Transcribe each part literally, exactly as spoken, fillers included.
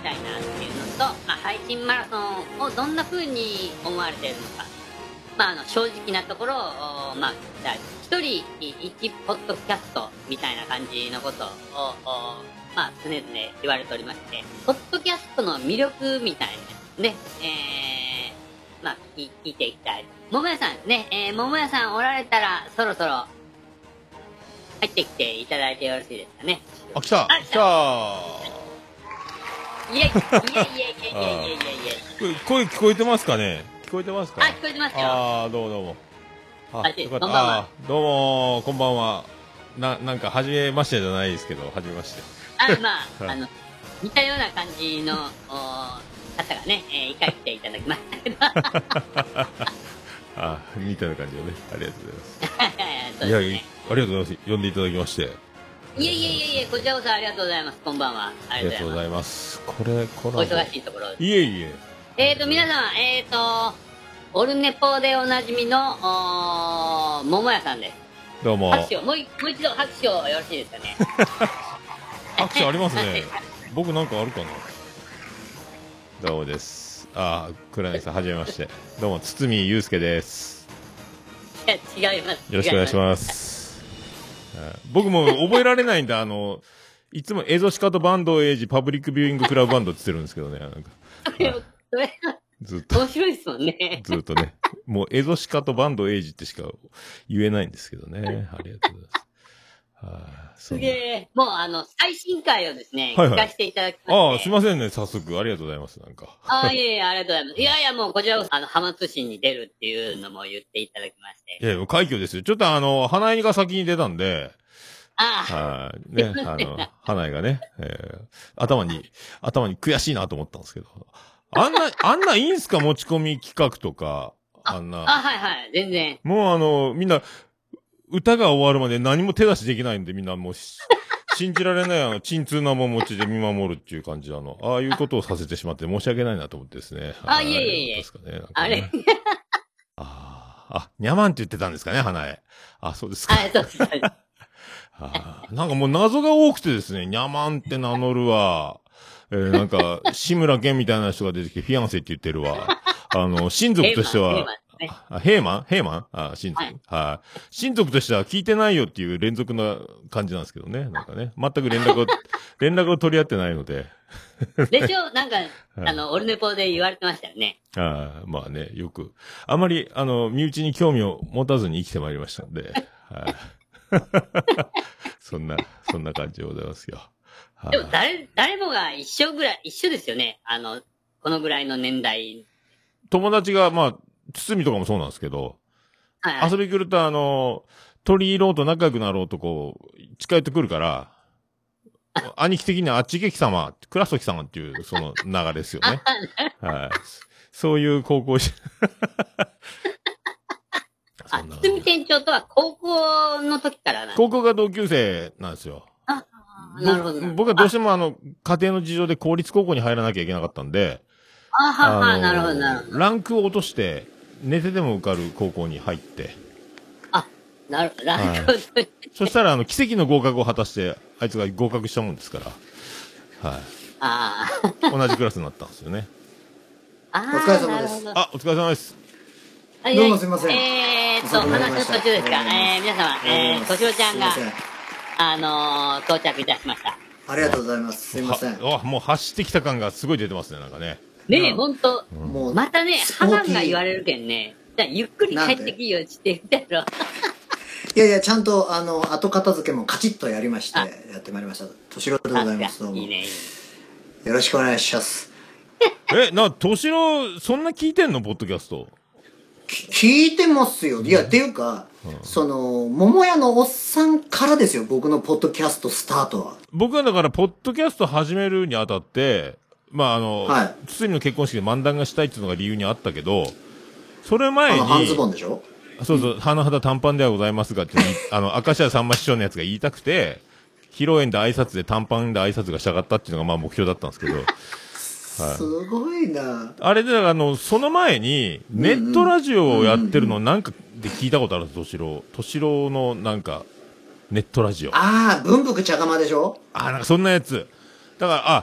たいなっていうのと、まあ、配信マラソンをどんな風に思われているのか、まあ、あの正直なところ、まあ、一人一ポッドキャストみたいな感じのことを、まあ、常々言われておりまして、ポッドキャストの魅力みたいなね、えー、まあ、聞いていきたい。桃屋さんね、えー、桃屋さんおられたら、そろそろ、入ってきていただいてよろしいですかね。 あ、来たあ、 来たいやいやいやいやいやいやいやいや声聞こえてますかね。聞こえてますか。 あ、聞こえてますよ。 ああ、どうもどうも。あ、よかった。 こんばんは。 あ、どうもこんばんは。な、なんか、初めましてじゃないですけど、初めまして。 あ、まあ、あの、似たような感じの、お方がね、えー、一回来ていただきましたけど。 あ、似たような感じでね。ありがとうございます。 いやいや、ありがとうございます。呼んでいただきまして。 いえいえいえいえ、こちらこそありがとうございます。こんばんは。 ありがとうございます。これ、これ。 お忙しいところ。 いえいえ。 えーと、皆様、えーと、オルネポでおなじみの、お桃屋さんです。 どうも。 拍手を、もう一度拍手をよろしいですかね。 拍手ありますね。僕なんかあるかな。どうもです。ああ、黒柳さん、はじめまして。どうも、堤祐介です。 いや、違います。 よろしくお願いします。僕も覚えられないんで、あの、いつもエゾシカとバンドエイジパブリックビューイングクラブバンドって言ってるんですけどね。なんかそれずっと。面白いですもんね。 ずっとね。もうエゾシカとバンドエイジってしか言えないんですけどね。ありがとうございます。 はあ、すげえ。もうあの、最新回をですね、 はいはい、 聞かせていただきまして。 ああ、すいませんね、早速。ありがとうございます、なんか。 ああ、いえいえ、ありがとうございます。いやいや、もうこちらこそ、あの、浜通信に出るっていうのも言っていただきまして。 いや、快挙ですよ。ちょっとあの、花井が先に出たんで、 ああ。はい、ね、あの、花井がね、えー、頭に、頭に悔しいなと思ったんですけど。あんな、あんないいんすか持ち込み企画とか、あんな。 あ、はいはい、全然。 もうあの、みんな、歌が終わるまで何も手出しできないんで、みんなもう、信じられないあの、鎮痛な面持ちで見守るっていう感じあの、ああいうことをさせてしまって申し訳ないなと思ってですね。 あ、いえいえいえ。 ですかね、 あれああ、にゃまんって言ってたんですかね、花江。あ、そうですか。 はい、そうです。 あなんかもう謎が多くてですね、にゃまんって名乗るわ。えー、なんか、志村けんみたいな人が出てきて、フィアンセって言ってるわ。あの、親族としては、あ、ヘイマンヘイマンあ、親族。はい。はい。親族としては聞いてないよっていう連続な感じなんですけどね。なんかね。全く連絡を、連絡を取り合ってないので。 でしょなんか、あの、オルネポで言われてましたよね。 ああ、まあね、よく。あまり、あの、身内に興味を持たずに生きてまいりましたんで。はい。そんな、そんな感じでございますよ。 でも誰、誰もが一緒ぐらい、一緒ですよね。あの、このぐらいの年代。 友達が、まあ、堤とかもそうなんですけど、はいはい、遊び来るとあの、取り入ろうと仲良くなろうとこう、近寄ってくるから、兄貴的にはあっち行け貴様、倉崎様っていう、その流れですよね。はい。そういう高校し、 あ、堤店長とは高校の時からなんですか？ 高校が同級生なんですよ。 あ、なるほど。 僕はどうしてもあの、家庭の事情で公立高校に入らなきゃいけなかったんで、 あはは、なるほど、なるほど。 ランクを落として、寝てでも受かる高校に入って。 あ、なるほど、ランクを落として。 そしたら、あの、奇跡の合格を果たして、あいつが合格したもんですから。はい。 ああ。同じクラスになったんですよね。 ああ、 お疲れ様です。 あ、お疲れ様です。 どうもすみません。 えーっと、話の途中ですか。えー、皆様、えー、としおちゃんが、あのー、到着いたしました。 ありがとうございます。すみません。 あ、もう走ってきた感がすごい出てますね、なんかね。 ねえ、ほんと。もう、またね、母が言われるけんね。じゃゆっくり帰ってきよって言ったやろ。 いやいや、ちゃんと、あの、後片付けもカチッとやりまして、やってまいりました。としろでございます。どうも。いいね、いいね。よろしくお願いします。 え、な、としろ、そんな聞いてんのポッドキャスト。 聞いてますよ。いや、っていうか、うん、その、桃屋のおっさんからですよ、僕のポッドキャストスタートは。 僕はだから、ポッドキャスト始めるにあたって、まあ、あの、はい、堤の結婚式で漫談がしたいっていうのが理由にあったけど、それ前に、 あの、半ズボンでしょ？ そうそう、甚だ短パンではございますがって、あの、明石家さんま師匠のやつが言いたくて、披露宴で挨拶で短パンで挨拶がしたかったっていうのがまあ目標だったんですけど、 はい、すごいな。 あれで、あの、その前に、ネットラジオをやってるのなんかで聞いたことあるんです、としろ。としろのなんか、ネットラジオ。 ああ、文福茶釜でしょ？ ああ、なんかそんなやつ。だから、あ、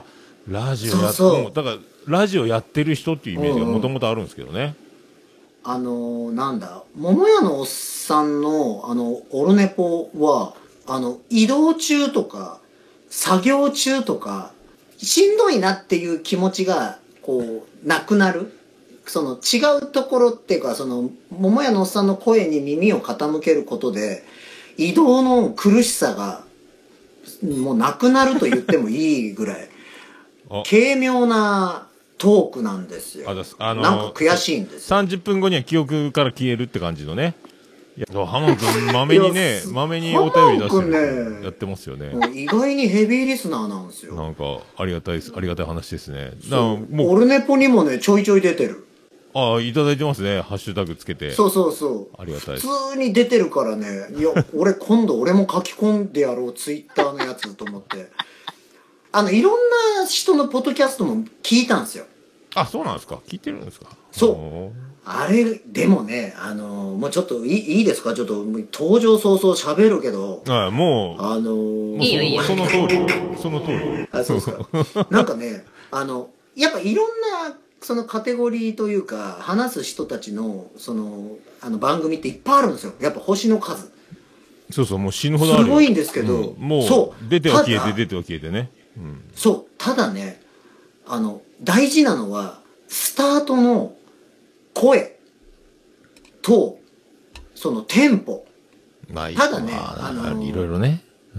ラジオやっそうそうもうだからラジオやってる人っていうイメージがもともとあるんですけどね。 あのー、なんだ、桃屋のおっさんの、あの、オルネポは、あの、移動中とか、作業中とか、しんどいなっていう気持ちが、こう、なくなる。その、違うところっていうか、その、桃屋のおっさんの声に耳を傾けることで、移動の苦しさが、もうなくなると言ってもいいぐらい、軽妙なトークなんですよ。 ああのー、 なんか悔しいんですよ。 さんじゅっぷんごには記憶から消えるって感じのね。いや、ハマン君、まめにね、まめにお便り出してる、ね、やってますよね。 意外にヘビーリスナーなんですよ。 なんか、ありがたいです。ありがたい話ですね。 だもうオルネポにもね、ちょいちょい出てる。 ああ、いただいてますね。ハッシュタグつけて。 そうそうそう。 ありがたいです。 普通に出てるからね、いや、俺今度俺も書き込んでやろう、ツイッターのやつと思って。あの、いろんな人のポッドキャストも聞いたんですよ。 あ、そうなんですか？聞いてるんですか？ そう。あれ、でもね、あの、もうちょっといいいいですか？ちょっと、登場早々喋るけど。 はい、もう、あのー、 いいよいいよ。 その通り。その通り。 あ、そうですか。なんかね、あの、やっぱいろんな、そのカテゴリーというか、話す人たちの、その、あの番組っていっぱいあるんですよ。やっぱ星の数。 そうそう、もう死ぬほどある。 すごいんですけど、 うん、もう、そう出ては消えて、出ては消えてね。うん、 そう、ただね、あの、大事なのは、スタートの声と、そのテンポ。 まあ、 ただね、 まあ、あのー、いろいろね。うん、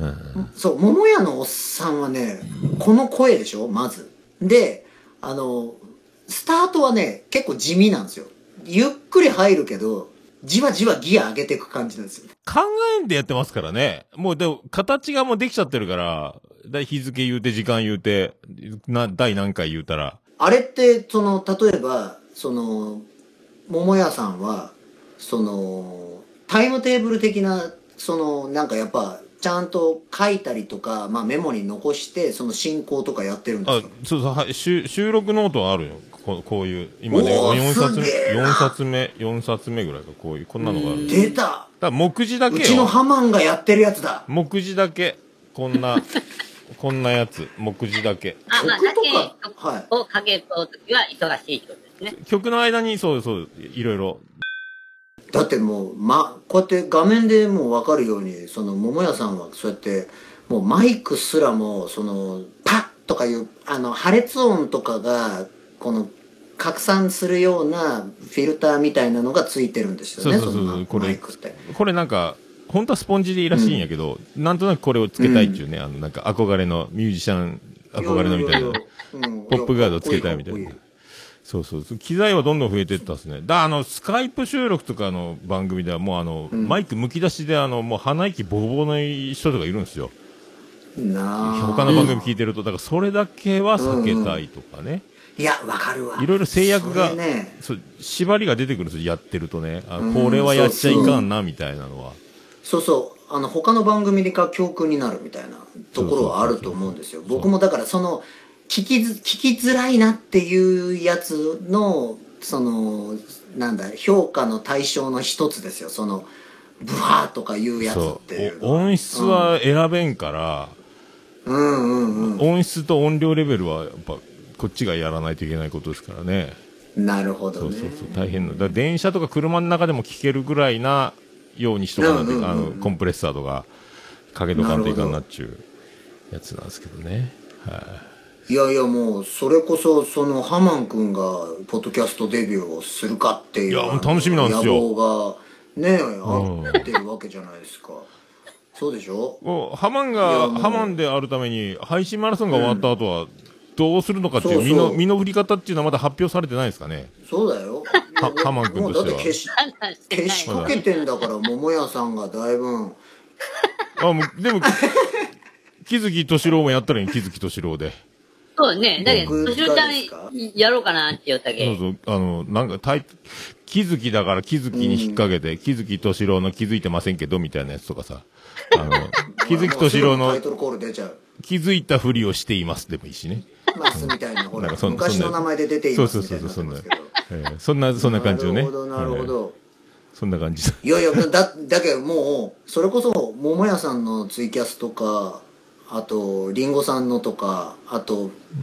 そう、桃屋のおっさんはね、この声でしょ、まず。で、あの、スタートはね、結構地味なんですよ。ゆっくり入るけど、じわじわギア上げていく感じなんですよ。 考えんでやってますからね。もう、でも、形がもうできちゃってるから、だ日付言うて、時間言うて、な、第何回言うたら。 あれって、その、例えば、その、桃屋さんは、その、タイムテーブル的な、その、なんかやっぱ、ちゃんと書いたりとか、まあメモに残して、その進行とかやってるんですか？ あ、そうそう、はい、収収録ノートはあるよ。こ, こういう、今ね、よんさつめ、よんさつめ、よんさつめぐらいか、こういう、こんなのがある。 出た！ だから目次だけよ。 うちのハマンがやってるやつだ。 目次だけ。こんな、こんなやつ。目次だけ。 あ、まあ、 曲とか、はい。 をかけときは忙しいってことですね。 曲の間に、そうそう、いろいろ。 だってもう、ま、こうやって画面でもうわかるように、その、桃屋さんはそうやって、もうマイクすらも、その、パッとかいう、あの、破裂音とかが、この、拡散するようなフィルターみたいなのがついてるんですよね。 そうそうそうそう、これ、 マイクって。 これなんか、本当はスポンジでいいらしいんやけど、うん、なんとなくこれをつけたいっていうね、うん、あの、なんか憧れの、ミュージシャン憧れのみたいな、ポップガードつけたいみたいな。そうそう。機材はどんどん増えていったんですね。だあの、スカイプ収録とかの番組ではもうあの、うん、マイクむき出しであの、もう鼻息ボーボーの人とかいるんですよ。 な他の番組聞いてると、だからそれだけは避けたいとかね。 うん、いや、わかるわ。 いろいろ制約が、 ね、 そう、縛りが出てくるんですよ、やってるとね。あ、これはやっちゃいかんな、みたいなのは。 そうそう。あの、他の番組が教訓になるみたいなところはあると思うんですよ。僕もだからその、聞きず、聞きづらいなっていうやつの、その、なんだ、評価の対象の一つですよ。その、ブワーとかいうやつっていうのは。音質は選べんから、 うんうんうん。 音質と音量レベルは、やっぱ、こっちがやらないといけないことですからね。 なるほどね。 そうそうそう、大変な。だから電車とか車の中でも聞けるぐらいなようにしとかないと、うんうんうん、あの、コンプレッサーとか、かけとかんといかんなっちゅうやつなんですけどね。はい、あ、 いやいやもうそれこそそのハマン君がポッドキャストデビューをするかっていう、いや楽しみなんですよ。 野望がねあってるわけじゃないですか。そうでしょ。 ハマンがハマンであるために配信マラソンが終わった後はどうするのかっていう身の身の振り方っていうのはまだ発表されてないですかね。 そうだよ。 ハマン君としては。 だって消し消しかけてんだから桃屋さんがだいぶ。 あもうでも木月敏郎もやったらいい木月敏郎で。 そうね。だけど、敏郎ちゃんやろうかなって言ったけど。 そうそう。あの、なんか、タイ気づきだから気づきに引っ掛けて、気づき敏郎の気づいてませんけど、みたいなやつとかさ。あの、気づき敏郎の、気づいたふりをしていますでもいいしね。 マスみたいな、ほら、昔の名前で出ていますみたいな。 そうそうそう、そんな、えー。そんな、そんな感じのね。 なるほど、なるほど。 そんな感じ。 いやいや、だ、だけどもう、それこそ、桃屋さんのツイキャスとか、あと、リンゴさんのとか、あと、うん、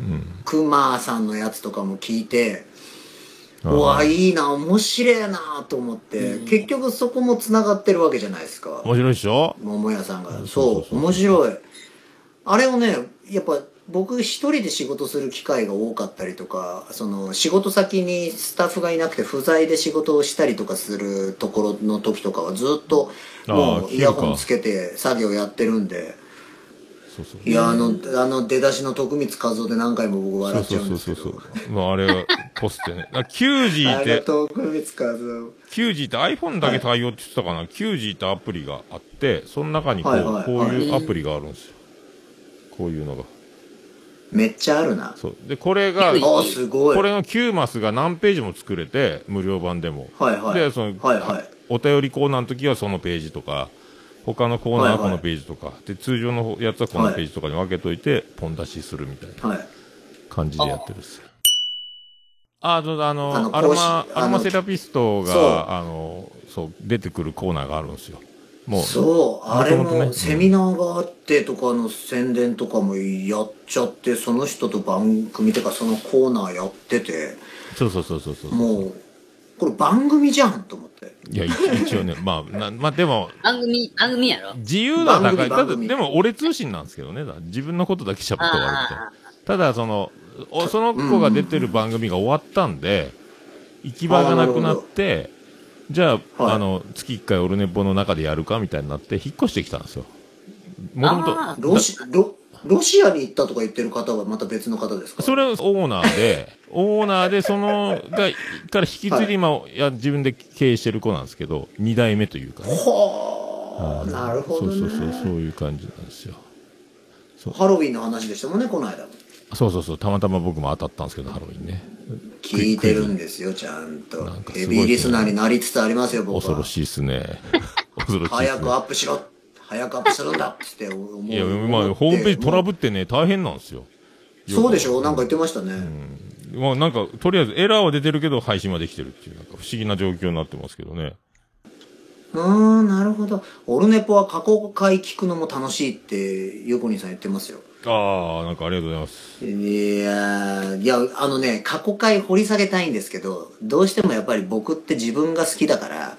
クマさんのやつとかも聞いて、 あーうわ、いいな、面白いなと思って、結局そこも繋がってるわけじゃないですか。 面白いでしょ。 桃屋さんが。 そうそうそ、 そうう面白い。あれをね、やっぱ僕一人で仕事する機会が多かったりとか、その仕事先にスタッフがいなくて不在で仕事をしたりとかするところの時とかはずっともあーうイヤホンつけて作業やってるんで、 そうそう。 いや、あの、あの出だしの徳光和夫で何回も僕笑っちゃうんですけど。 そうそうそうそう。まああれがポスってね。あ キュージー っあのて、 徳光和夫。 キュージー って iPhone だけ対応って言ってたかな、キュージー ってアプリがあって、その中にこう、 はいはいこういうアプリがあるんですよ。こういうのが。 めっちゃあるな。 そう。で、これが、 はいあ、すごい。 これのきゅうマスが何ページも作れて、無料版でも。 はいはい。 で、その、 はいはい。 お便りコーナーの時はそのページとか、他のコーナーはこはいはいのページとか、で、通常のやつはこのページとかに分けといて、ポン出しするみたいなはい。 感じでやってるんですよ。あ、そうだ、あの、 あのアロマ、 講師アロマセラピストそうが、あの、そう、出てくるコーナーがあるんですよ。もう、 そう、あれもともとねもセミナーがあってとかの宣伝とかもやっちゃって、その人と番組とかそのコーナーやってて、 そうそうそうそうそう。 もう、これ番組じゃんと思って。 いや、一一応ね、まあ、なまあでも、 番組、番組やろ。 自由度は高い。ただ、 番組番組でも俺通信なんですけどね。だから自分のことだけ喋って終わるみたいあな。ただ、その、おその子が出てる番組が終わったんで、行き場がなくなって、じゃあ、 はいあの、月いっかいオルネポの中でやるかみたいになって、引っ越してきたんですよ。もともと、 あーロシ、ロ、ロシアに行ったとか言ってる方はまた別の方ですか？ それはオーナーで、オーナーで、その、が、から引き継いで今、いや、自分で経営してる子なんですけど、二代目というかね。 はあ、なるほどね。 そうそうそう、そういう感じなんですよ。 ハロウィンの話でしたもんね、この間。 そうそうそう、たまたま僕も当たったんですけど、ハロウィンね。 聞いてるんですよ、ちゃんとなん。かすごいヘビーリスナーになりつつありますよ、僕は。 恐ろしいですね。恐ろしいですね。 早くアップしろ早くアップするんだって思う。 いや、まあ、ホームページトラブってね、大変なんですよ。 そうでしょ、なんか言ってましたね。 まあ、なんか、とりあえずエラーは出てるけど、配信はできてるっていう、なんか不思議な状況になってますけどね。 うーん、なるほど。オルネポは過去回聞くのも楽しいって、ゆうこにさん言ってますよ。 ああ、なんかありがとうございます。 いやー、いや、あのね、過去回掘り下げたいんですけど、どうしてもやっぱり僕って自分が好きだから、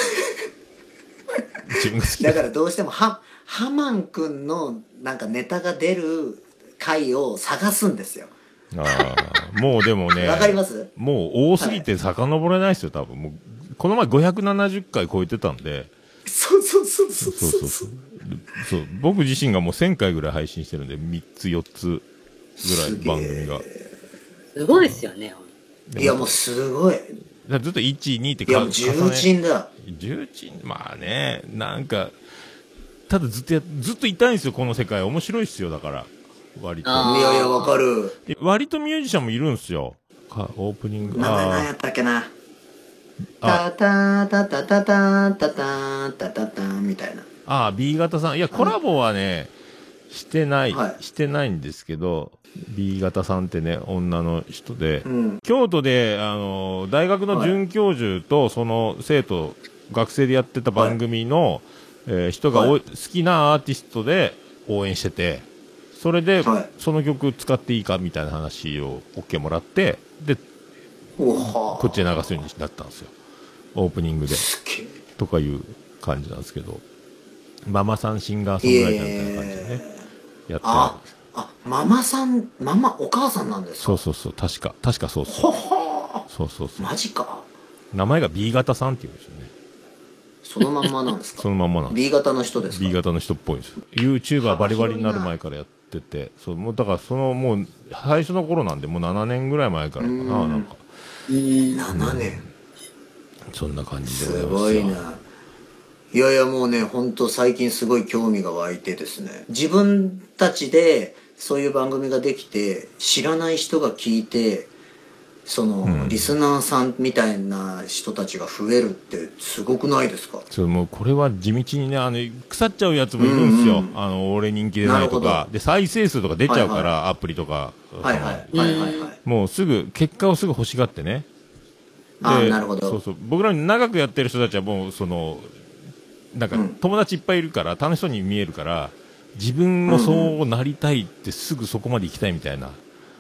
自分が好きだ。 だからどうしてもハ、ハマンくんのなんかネタが出る回を探すんですよ。 ああ、もうでもね、 わかります？ もう多すぎて遡れないですよ、多分。もう、この前ごひゃくななじゅっかい超えてたんで、 そうそうそうそうそうそうそう。そう、僕自身がもうせんかいぐらい配信してるんで、みっつよっつぐらい番組が。 すごいっすよね。 いやもうすごい。 だからずっといち、にっていやもう重鎮だ。 重鎮、まあね、なんか、ただずっとや、ずっといたいんですよ、この世界。面白いっすよ、だから。割と。 あーいやいやわかる。 で割とミュージシャンもいるんですよ。かオープニング。 名前何あやったっけな。 あタタタタタタタタタタタみたいな。 ああ、B 型さん。いや、コラボはね、してない、 はいしてないんですけど、B 型さんってね、女の人で、 うん。 京都で、あの、大学の准教授と、その生徒、学生でやってた番組の、えー人がお、 はい好きなアーティストで応援してて、それで、 はいその曲使っていいかみたいな話を OK もらって、で、 おはこっちで流すようになったんですよ。オープニングで。 すげえ。 とかいう感じなんですけど、ママさんシンガーソングライターみたいな感じでね、やってるあ、あ、ママさん、ママ、お母さんなんですか？ そうそうそう、確か、確かそうそう。そうそうそう。 マジか。 名前が B 型さんって言うんですよね。 そのまんまなんですか？ そのまんまなんです。 B 型の人ですか？ B 型の人っぽいんですよ。YouTuber バリバリになる前からやってて、そう、もうだからそのもう、最初の頃なんで、もうななねんぐらい前からかな、なんか、 ななねん。 そんな感じでございすますよ。 ごいな。いやいやもうね、ほんと最近すごい興味が湧いてですね。自分たちでそういう番組ができて、知らない人が聞いて、その、 んリスナーさんみたいな人たちが増えるってすごくないですか？ そう、もうこれは地道にね、あの、腐っちゃうやつもいるんですよ。 うんうんあの、俺人気でないとなるほ。 かで、再生数とか出ちゃうから、 はいアプリとか。 はいはいそのはいはいはい。 もうすぐ、結果をすぐ欲しがってね。 あーなるほどそうそう。僕らに長くやってる人たちはもう、その、なんかうん、 友達いっぱいいるから、楽しそうに見えるから、自分もそうなりたいってすぐそこまで行きたいみたいな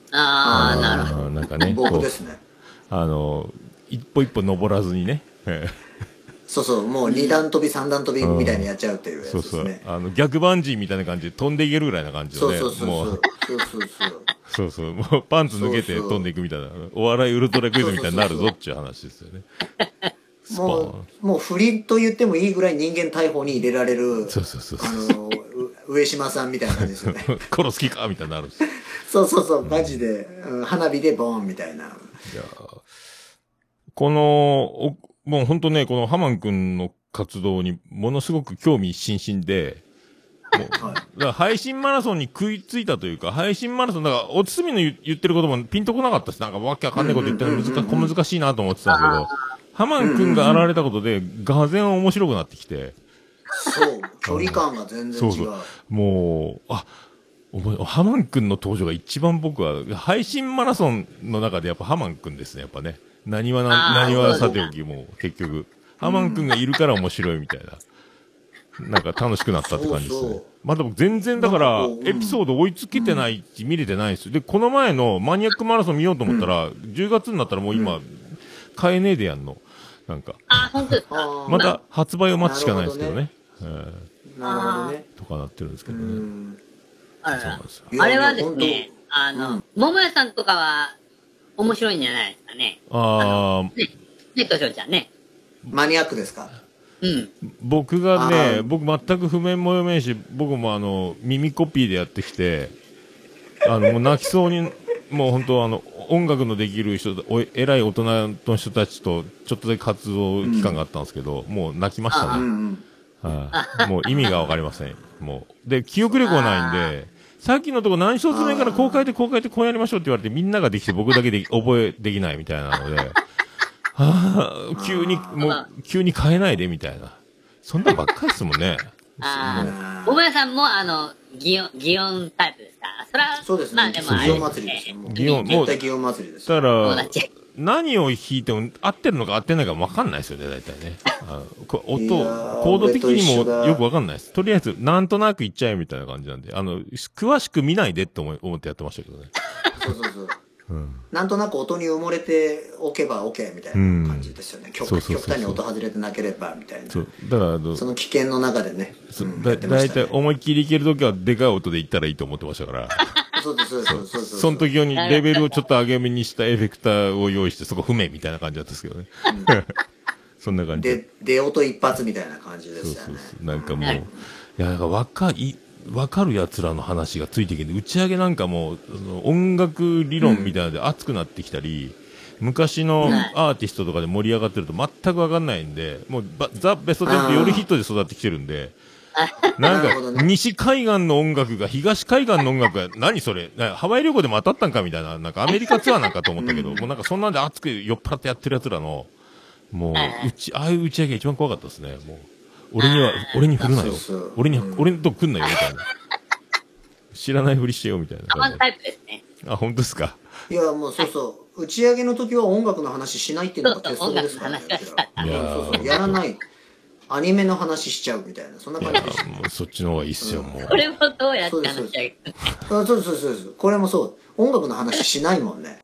ああ、なるほど。 あーなんかね、こう、 僕ですね。 あの、一歩一歩登らずにね、ええそうそう、もう二段跳び三段跳びみたいにやっちゃうっていうやつそうそうですね。。 あの、逆バンジーみたいな感じで飛んでいけるぐらいな感じそうのね。 そうそうそう。 もう、 そうそうそう。 そうそう。もうパンツ抜けてそうそう飛んでいくみたいな。お笑いウルトラクイズみたいになるぞっていう話ですよね。スパーンもう、もう振りと言ってもいいぐらい人間逮捕に入れられる、 そうそうそうそうあの、う上島さんみたいな感じですよね。 殺す気かみたいになるんですよ。 そうそうそう、マジで、うん花火でボーンみたいな。 いやーこの、おもう本当ね、このハマン君の活動にものすごく興味津々で、もうはい。 だから配信マラソンに食いついたというか、配信マラソン、だから、おつすみの言言ってることもピンとこなかったです。なんかわけわかんないこと言ってるの難か小難しいなと思ってたんですけど、ハマン君が現れたことで、がぜん面白くなってきて、 そう、距離感が全然違う。 そうそうもう、あ、お前ハマン君の登場が一番僕は、配信マラソンの中でやっぱハマン君ですね、やっぱね。何はな、 あー何はさておきもう結局、ハマン君がいるから面白いみたいな。なんか楽しくなったって感じですね。 そうそうまだ僕全然だからなんかこ、うエピソード追いつけてないし、見れてないんですよ。で、この前のマニアックマラソン見ようと思ったら、じゅうがつになったらもう今、買えねえでやんの。なんか、 あ、本当ですか。 あーまた発売を待つしかないですけどね。えなるほどね。 ーとかなってるんですけうどね。 ん。 あららそうなんですよ。 いやあれはですいやね、あの、 うん桃屋さんとかは面白いんじゃないですかね。 あー、 ね、ね、としょうちゃんね。 マニアックですか？ うん。 僕があね、 ー僕全く譜面も読めんし、僕もあの、耳コピーでやってきて、あの、もう泣きそうに、もう本当あの、音楽のできる人、お偉い大人の人たちと、ちょっとだけ活動期間があったんですけど、もう泣きましたね。 うんうん。 はいもう意味がわかりません。もう。で、記憶力がないんで、さっきのとこ何一つ目からこう書いてこう書いてこうやりましょうって言われてみんなができて僕だけで覚えできないみたいなので、はぁ、急に、もう、急に変えないでみたいな。そんなんばっかりですもんね。 あもうあ、桃屋さんもあの、擬音、擬音タイプですか。それは、 そうですね。 まあでもあれ祇園祭りですよ。もう祇園もう絶対祇園祭りですよ。 だから友達。 何を弾いても合ってるのか合ってないか分かんないですよね、大体ね。あのこ音、 いやーコード的にも俺と一緒だよく分かんないです。とりあえず、なんとなく言っちゃえみたいな感じなんで、あの、詳しく見ないでって思い思ってやってましたけどね。 そうそうそう。 うん。 なんとなく音に埋もれておけば OK みたいな感じですよね。極そうそうそうそう極端に音外れてなければみたいな。 そう。だからあの、 その危険の中でね。うんそうだやってましたねだいたい思いっきりいけるときはでかい音で言ったらいいと思ってましたから。 そうですそうですそうですそうです。 その時用にレベルをちょっと上げ目にしたエフェクターを用意して、そこ踏めみたいな感じだったんですけどね。そんな感じで。 で、出音一発みたいな感じでそうしたよね。 そうそう。なんかもう、いや、なんか若い、わかる奴らの話がついてきて、打ち上げなんかもう、その音楽理論みたいなので熱くなってきたり、昔のアーティストとかで盛り上がってると全くわかんないんで、もうばザ・ベストテンって夜ヒットで育ってきてるんで、なんか、 なるほどね西海岸の音楽が東海岸の音楽が、何それなハワイ旅行でも当たったんかみたいな、なんかアメリカツアーなんかと思ったけど、もうなんかそんなんで熱く酔っ払ってやってる奴らの、もう、うち、ああいう打ち上げが一番怖かったですね、もう。俺には、俺に振るなよそうそう。 俺に、 うん俺のとこ来んなよ、みたいな。知らないふりしてよ、みたいな感じたまんタイプですね。 あ、本当ですか。 いや、もうそうそう。打ち上げの時は音楽の話しないっていうのが鉄則ですからね。 そうそう音楽の話はしたいやーそうそう。やらない。アニメの話しちゃうみたいな、そんないや感じでした。 もうそっちの方がいいっすよ、もう。 これもどうやって話し上げるあそうそうそうそう。これもそう。音楽の話しないもんね。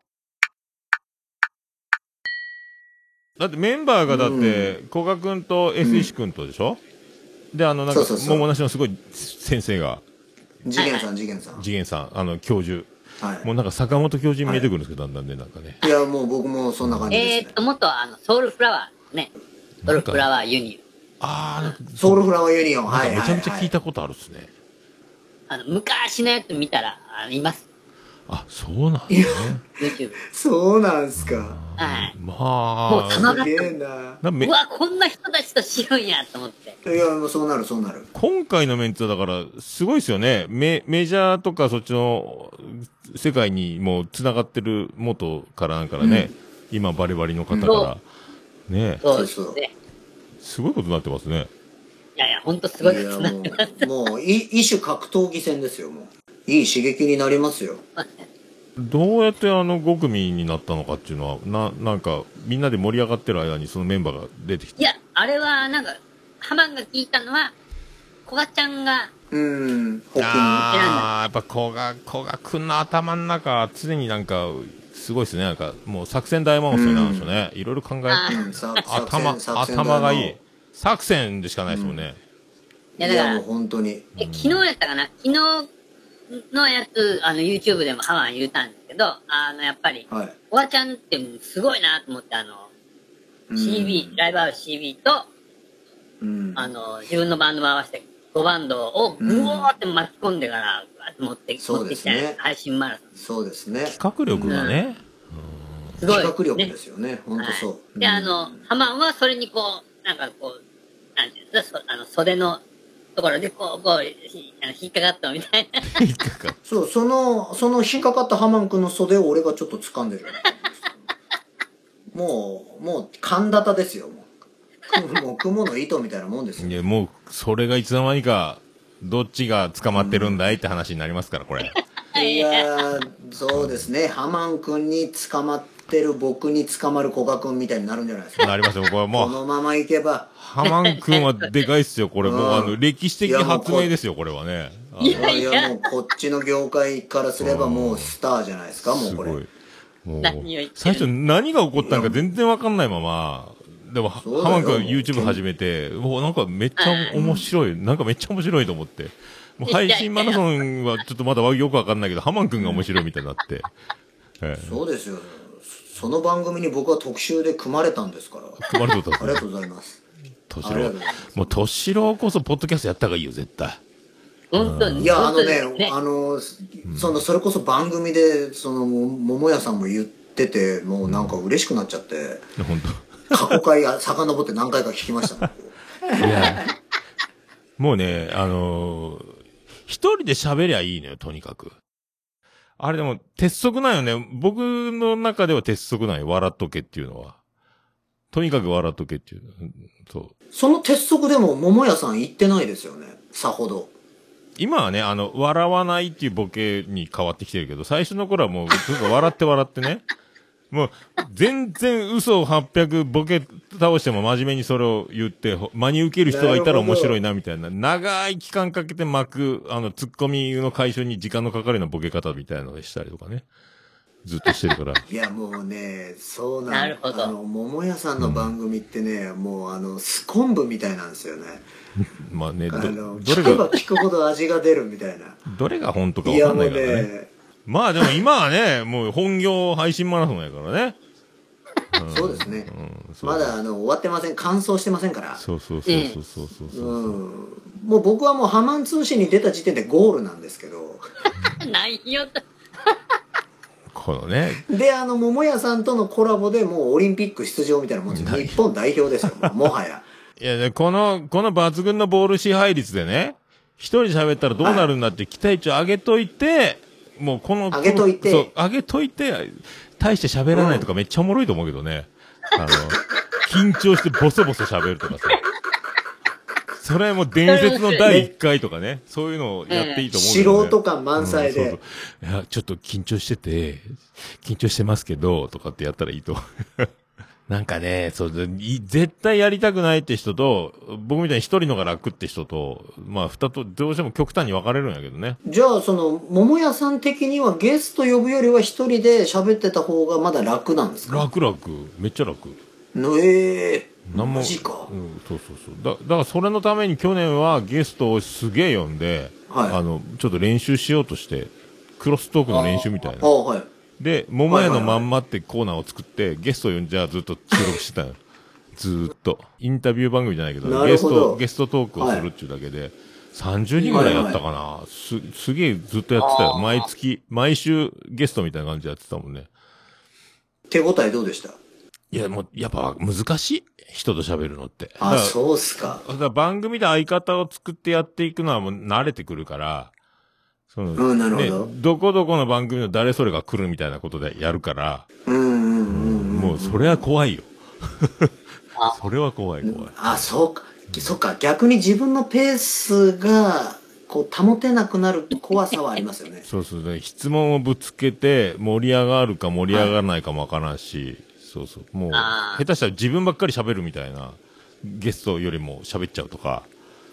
だってメンバーがだって、古賀くんと S 石くんとでしょ、で、あの、なんかそうそう、そう桃梨のすごい先生が、 次元さん、次元さん。 次元さん、あの、教授。 はい。 もうなんか坂本教授に見えてくるんですけど、だんだんね、なんかね。 いや、もう僕もそんな感じですねえーっと、。元あの、ソウルフラワーね。ソウルフラワーユニあー、なんか、 ソウルフラワーユニオン。 なんかはいはい、はい。 めちゃめちゃ聞いたことあるっすね。 あの、昔のやつ見たら、あのいます。 あ、そうなんですね。 YouTube。 そうなんすか。 はい。 まもうあ、 玉すげえな。 なめうわ、こんな人たちと知るんやと思って。 いや、もうそうなる、そうなる。 今回のメンツはだから、すごいですよね。メ、メジャーとかそっちの世界にもう繋がってる元からなんからね、今バリバリの方から、ね、 そうですね。 すごいことになってますね。 いやいや、ほんとすごいこといや、 になってます。 もう、もう、い異種格闘技戦ですよ、もう。いい刺激になりますよ。 どうやってあのご組になったのかっていうのは、な、なんか、みんなで盛り上がってる間にそのメンバーが出てきて。 いや、あれは、なんか、ハマンが聞いたのは、コガちゃんがうん、ホッキンああ、やっぱ古賀、古賀くんの頭の中、常になんか、すごいですね。なんか、もう作戦大魔王ですよね、あの人ね。いろいろ考えあて、 グ。さ頭、 作戦頭がいい。作戦でしかないですもんね。 いや、だから、 いやもう本当に。 え、昨日やったかな昨日のやつ、あの、YouTube でもハワン言うたんですけど、あの、やっぱり、 はい。 おばちゃんってすごいなと思って、あの、 うんシービー、ライブアウト シービー と、 うん。 あの、自分のバンドも合わせて、ごバンドをぐおーって巻き込んでから、持って、 そう持ってきですねた配信マラソン。 そうですね。 企画力がね。 すごい、 企画力ねですよね。本当そう。 はいで、あの、ハマンはそれにこう、なんかこう、なんていうんですか、そあの、袖のところでこう、こう、ひあの引っかかったみたいな。 そう、その、その引っかかったハマン君の袖を俺がちょっと掴んでる。もう、もう、神田田ですよ、もう。もう、雲の糸みたいなもんですよ。 いや、もう、それがいつの間にか、どっちが捕まってるんだいって話になりますから、これ。 いやー、そうですね。ハマン君に捕まってる僕に捕まる古賀君みたいになるんじゃないですか。 なりますよ、これもこう。 のままいけば。 ハマン君はでかいっすよ、これ。もう、あの、歴史的発明ですよ、これはね。あのいいやいや、もうこっちの業界からすればもうスターじゃないですか、もうこれ。 すごい。もう何を言ってる、 最初何が起こったのか全然わかんないまま、でも、ハそうだよマン君が YouTube 始めて、もうなんかめっちゃ面白い、なんかめっちゃ面白いと思って。もう配信マラソンはちょっとまだよくわかんないけど、ハマン君が面白いみたいになって。ええそうですよ。その番組に僕は特集で組まれたんですから。 組まれとったありがとうございます。 敏郎ありがとうございます。 もう敏郎こそポッドキャストやった方がいいよ、絶対。 本当に。 いや、あの本当ね、 にあの、その、それこそ番組で、その、も桃屋さんも言ってて、もうなんか嬉しくなっちゃって、 本過去回が遡って何回か聞きましたもん。 当。いや、もうね、あのー一人で喋りゃいいのよ、とにかく。あれでも、鉄則なんよね。僕の中では鉄則なんよ。笑っとけっていうのは。とにかく笑っとけっていう。うんそう。 その鉄則でも桃屋さん言ってないですよね。さほど。 今はね、あの、笑わないっていうボケに変わってきてるけど、最初の頃はもう、ずっと笑って笑ってね。もう、全然嘘をはっぴゃくボケ倒しても真面目にそれを言って、ほ真に受ける人がいたら面白いなみたいな、長い期間かけて巻く、あの、ツッコミの解消に時間のかかるようなボケ方みたいなのでしたりとかね。ずっとしてるから。 いや、もうね、そうなんなるほどあの、桃屋さんの番組ってね、もうあの、スコンブみたいなんですよね。 まあね、ど、 あの、 どれ聞けばが、 聞くほど味が出るみたいな。 どれが本当かいや、 わかんもないからね。 うね、 まあでも今はね、もう本業配信マラソンやからね。 そうですね。 うん、そうまだあの、終わってません。完走してませんから。 そうそうそうそうそうそうそう。 うん。もう僕はもうハマン通信に出た時点でゴールなんですけど。 内容と。 このね、 で、あの、桃屋さんとのコラボでもうオリンピック出場みたいなもんですよ。日本代表ですよ、もうもはや。 いや、でこの、この抜群のボール支配率でね、一人で喋ったらどうなるんだって期待値を上げといて、もうこの、 上げといてこのそう、上げといて、大して喋らないとかめっちゃおもろいと思うけどね。あの、緊張してボソボソ喋るとかさ。それもう伝説のだいいっかいとかね、そういうのをやっていいと思うけどね。 素人感満載で。 うんそうそういや、ちょっと緊張してて、緊張してますけど、とかってやったらいいと思う。なんかね、そう、い絶対やりたくないって人と、僕みたいに一人のが楽って人と、まあ二と、どうしても極端に分かれるんやけどね。 じゃあ、その、桃屋さん的にはゲスト呼ぶよりは一人で喋ってた方がまだ楽なんですか？ 楽楽。めっちゃ楽。 のええー。 なんも。 マジか。 うん、そうそうそう。だ、だからそれのために去年はゲストをすげえ呼んで、 はいあの、ちょっと練習しようとして、クロストークの練習みたいなあ。あ、はい。 で、桃屋のまんまってコーナーを作って、ゲストを呼んじゃずっと収録してたの。ずーっと。インタビュー番組じゃないけど、 なゲスるほどト、ゲストトークをするっていうだけで、さんじゅうにんぐらいやったかな。す、すげえずっとやってたよ。毎月、毎週ゲストみたいな感じでやってたもんね。 手応えどうでした？ いや、もう、やっぱ難しい。人と喋るのって。だあ、 からそうっすか。 だから番組で相方を作ってやっていくのはもう慣れてくるから、その、 うんなるほどね、どこどこの番組の誰それが来るみたいなことでやるから、 うんうんうんうん。 もうそれは怖いよ。 あそれは怖い怖い。 あ、そうか。そっか。逆に自分のペースが、こう、保てなくなる怖さはありますよね。 そうそうね。質問をぶつけて盛り上がるか盛り上がらないかもわからんし、そうそう。もう、 あー下手したら自分ばっかり喋るみたいな、ゲストよりも喋っちゃうとか、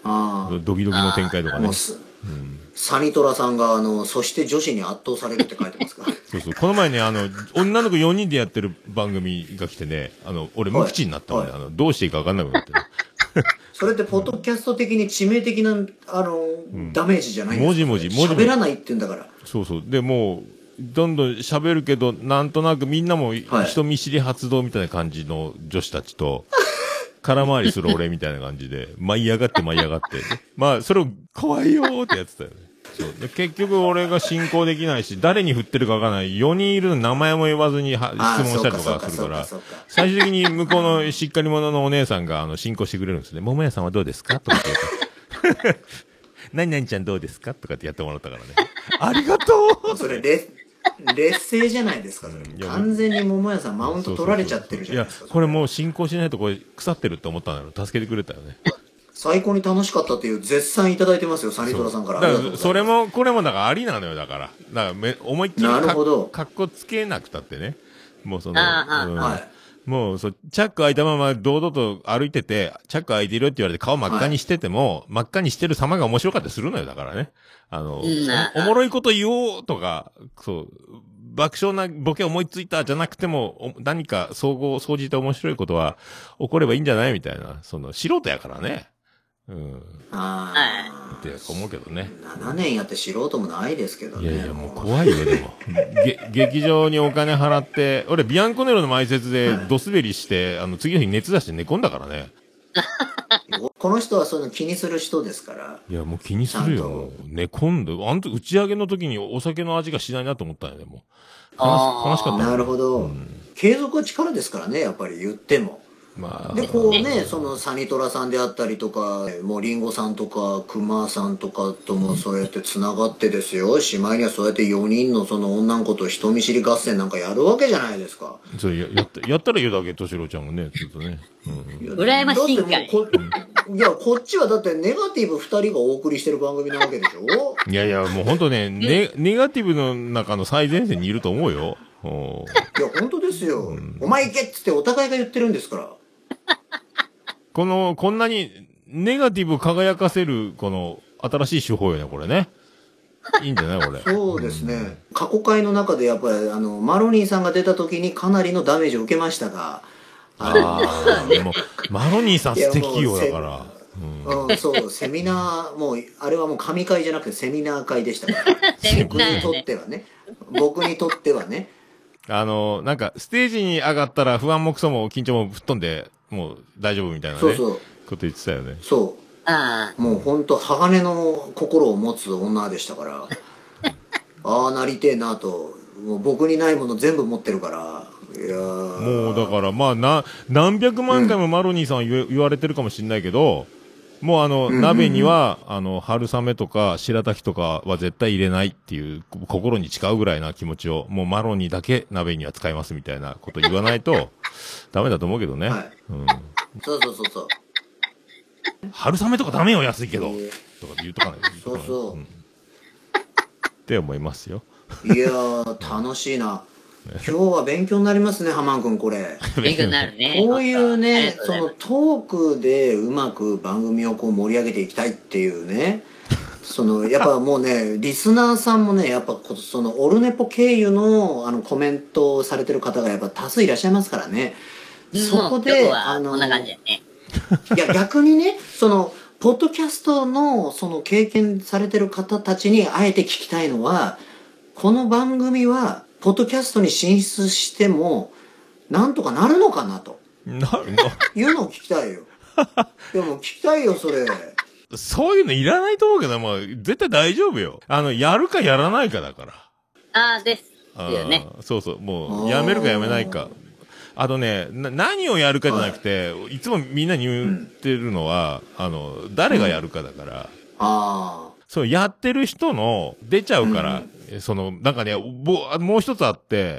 ああ。 ドキドキの展開とかね。 もうす、うん、サニトラさんが、あの、そして女子に圧倒されるって書いてますから。 そうそう。この前ね、あの、女の子よにんでやってる番組が来てね、あの、俺無口になったので、あの、どうしていいか分かんなくなってね。 それって、ポッドキャスト的に致命的な、あの、うん、ダメージじゃないんですか？ もじもじ、もじ。 喋らないって言うんだから。 そうそう。で、もう、どんどん喋るけど、なんとなくみんなも人見知り発動みたいな感じの女子たちと、空回りする俺みたいな感じで、舞い上がって舞い上がって。まあ、それを怖いよーってやってたよね。そうで結局俺が進行できないし、誰に振ってるかわからない。よにんいるの名前も呼ばずには質問したりとかするから、最終的に向こうのしっかり者のお姉さんがあの進行してくれるんですね。桃屋さんはどうですかとかって言って。何々ちゃんどうですかとかってやってもらったからね。ありがとうそれ劣勢じゃないですか、それ。うん、完全に桃屋さんマウント取られちゃってるじゃないですか。 いや、これもう進行しないとこれ腐ってるって思ったんだろう。助けてくれたよね。 最高に楽しかったっていう絶賛いただいてますよ、サニトラさんから。だからそれも、これもだからありなのよ、だから。だからめ思いっきりか、かっこつけなくたってね。もうその、うんはい、もうそ、チャック開いたまま堂々と歩いてて、チャック開いてるよって言われて顔真っ赤にしてても、はい、真っ赤にしてる様が面白かったりするのよ、だからね。あの、お, おもろいこと言おうとか、そう、爆笑なボケ思いついたじゃなくても、何か総合、総じて面白いことは起こればいいんじゃないみたいな、その、素人やからね。うん。ああ。って思うけどね。 ななねんやって素人もないですけどね。 いやいや、もう怖いよ、でも。げ、劇場にお金払って、俺、ビアンコネロの前説でドスベリして、はい、あの、次の日熱出して寝込んだからね。 この人はそういうの気にする人ですから。 いや、もう気にするよ。寝込んで。あの時、打ち上げの時にお酒の味がしないなと思ったんやね、もう。悲しかった。 なるほど、うん。継続は力ですからね、やっぱり言っても。まあ、で、こうね、そのサニトラさんであったりとか、もうリンゴさんとか、クマさんとかともそうやって繋がってですよ。しまいにはそうやってよにんのその女の子と人見知り合戦なんかやるわけじゃないですか。 そうや、やった、やったら言うだけ、としろちゃんもね、ちょっとね。 うん。羨ましいんかい。 いや、こっちはだってネガティブふたりがお送りしてる番組なわけでしょ。 いやいや、もうほんとね、ネ、ネガティブの中の最前線にいると思うよ。 おいや、ほんとですよ。うん、お前行けっつってお互いが言ってるんですから。 この、こんなにネガティブを輝かせる、この、新しい手法よね、これね。いいんじゃないこれ。 そうですね。うん、過去回の中でやっぱり、あの、マロニーさんが出た時にかなりのダメージを受けましたが。 ああ、でも、マロニーさん素敵よ、だから。 うん、うん、そう、セミナー、もう、あれはもう神会じゃなくてセミナー会でしたから。僕にとってはね。僕にとってはね。 あの、なんか、ステージに上がったら不安もクソも緊張も吹っ飛んで、もう大丈夫みたいなね。そうそう。こと言ってたよね。 そう。ああ。もうほんと、鋼の心を持つ女でしたから。ああ、なりてえなと。もう僕にないもの全部持ってるから。いやもうだから、まあ、な、何百万回もマロニーさんは言、うん、言われてるかもしれないけど、もうあの、うんうんうん、鍋には、あの、春雨とか白滝とかは絶対入れないっていう心に誓うぐらいな気持ちを、もうマロニーだけ鍋には使いますみたいなこと言わないと、ダメだと思うけどね。はい。うん。 そうそうそうそう。 春雨とかダメよ、安いけど。とか言うとかない。 そうそう、うん。 って思いますよ。 いやー、楽しいな。今日は勉強になりますね、ハマン君、これ。 勉強になるね。 こういうね、そのトークでうまく番組をこう盛り上げていきたいっていうね。その、やっぱもうね、リスナーさんもね、やっぱそのオルネポ経由のあのコメントをされてる方がやっぱ多数いらっしゃいますからね。そこで、あの、 こんな感じだね。 いや、逆にね、その、ポッドキャストのその経験されてる方たちにあえて聞きたいのは、この番組は、ポッドキャストに進出しても、なんとかなるのかなと。 なるのいうのを聞きたいよ。いやもう聞きたいよ、それ。 そういうのいらないと思うけど、まあ、絶対大丈夫よ。あの、やるかやらないかだから。 ああ、ですよね。 そうそう、もう、やめるかやめないか。あとね、な、何をやるかじゃなくて、はい、いつもみんなに言ってるのは、うん、あの、誰がやるかだから。うん、ああ。そう、やってる人の出ちゃうから、うん、その、なんかね、ぼ、もう一つあって、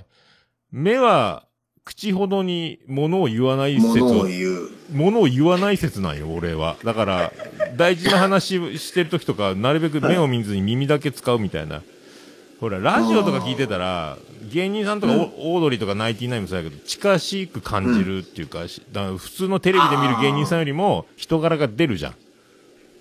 目は口ほどに物を言わない説を、物を言う。物を言わない説なんよ、俺は。だから、大事な話してる時とか、なるべく目を見ずに耳だけ使うみたいな。ほら、ラジオとか聞いてたら、芸人さんとか、うん、オードリーとかナインティナインもそうだけど、近しく感じるっていうか、うん、だから普通のテレビで見る芸人さんよりも人柄が出るじゃん。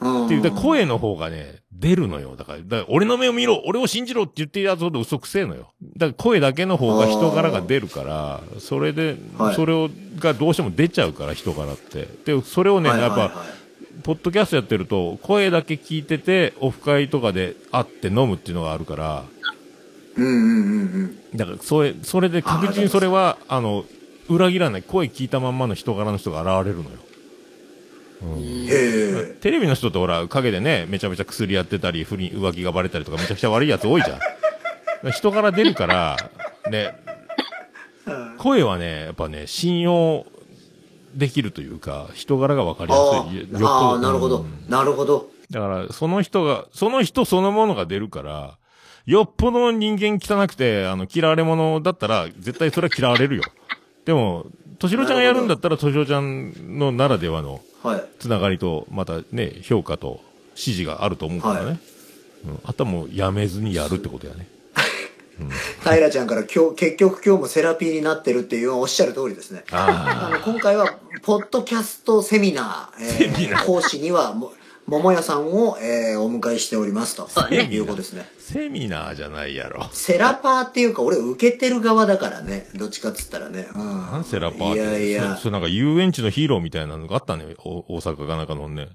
うんっていう、だから声の方がね、出るのよ。だから、だから俺の目を見ろ、俺を信じろって言ってるやつほど嘘くせえのよ。だから声だけの方が人柄が出るから、それで、 はいそれを、がどうしても出ちゃうから、人柄って。で、それをね、 はいはいはいやっぱ、ポッドキャストやってると、声だけ聞いてて、オフ会とかで会って飲むっていうのがあるから、 うんうんうんうん。 だから、それ、それで確実にそれは、あの、裏切らない、声聞いたまんまの人柄の人が現れるのよ。 へえ。 テレビの人ってほら、陰でね、めちゃめちゃ薬やってたり、不倫、浮気がバレたりとか、めちゃくちゃ悪いやつ多いじゃん。人柄出るから、ね、声はね、やっぱね、信用できるというか、人柄がわかりやすい。よっぽどああ、なるほどうん。 なるほど。 だから、その人が、その人そのものが出るから、よっぽど人間汚くて、あの、嫌われ者だったら、絶対それは嫌われるよ。でも、としろちゃんがやるんだったら、としろちゃんのならではの、 はい。 つながりと、またね、評価と支持があると思うからね。 はいうん。あとはもうやめずにやるってことやね。 平ちゃんから今日、結局今日もセラピーになってるっていうおっしゃる通りですね。あの、今回は、ポッドキャストセミナー、えーセミナー講師には、も、桃屋さんを、えーお迎えしておりますと。 そうねいうことですね。 セミナーじゃないやろ。 セラパーっていうか、俺受けてる側だからね。どっちかっつったらね。うん。 なんセラパーって。 いやいやそ。それなんか遊園地のヒーローみたいなのがあったね。お大阪かなんかのね。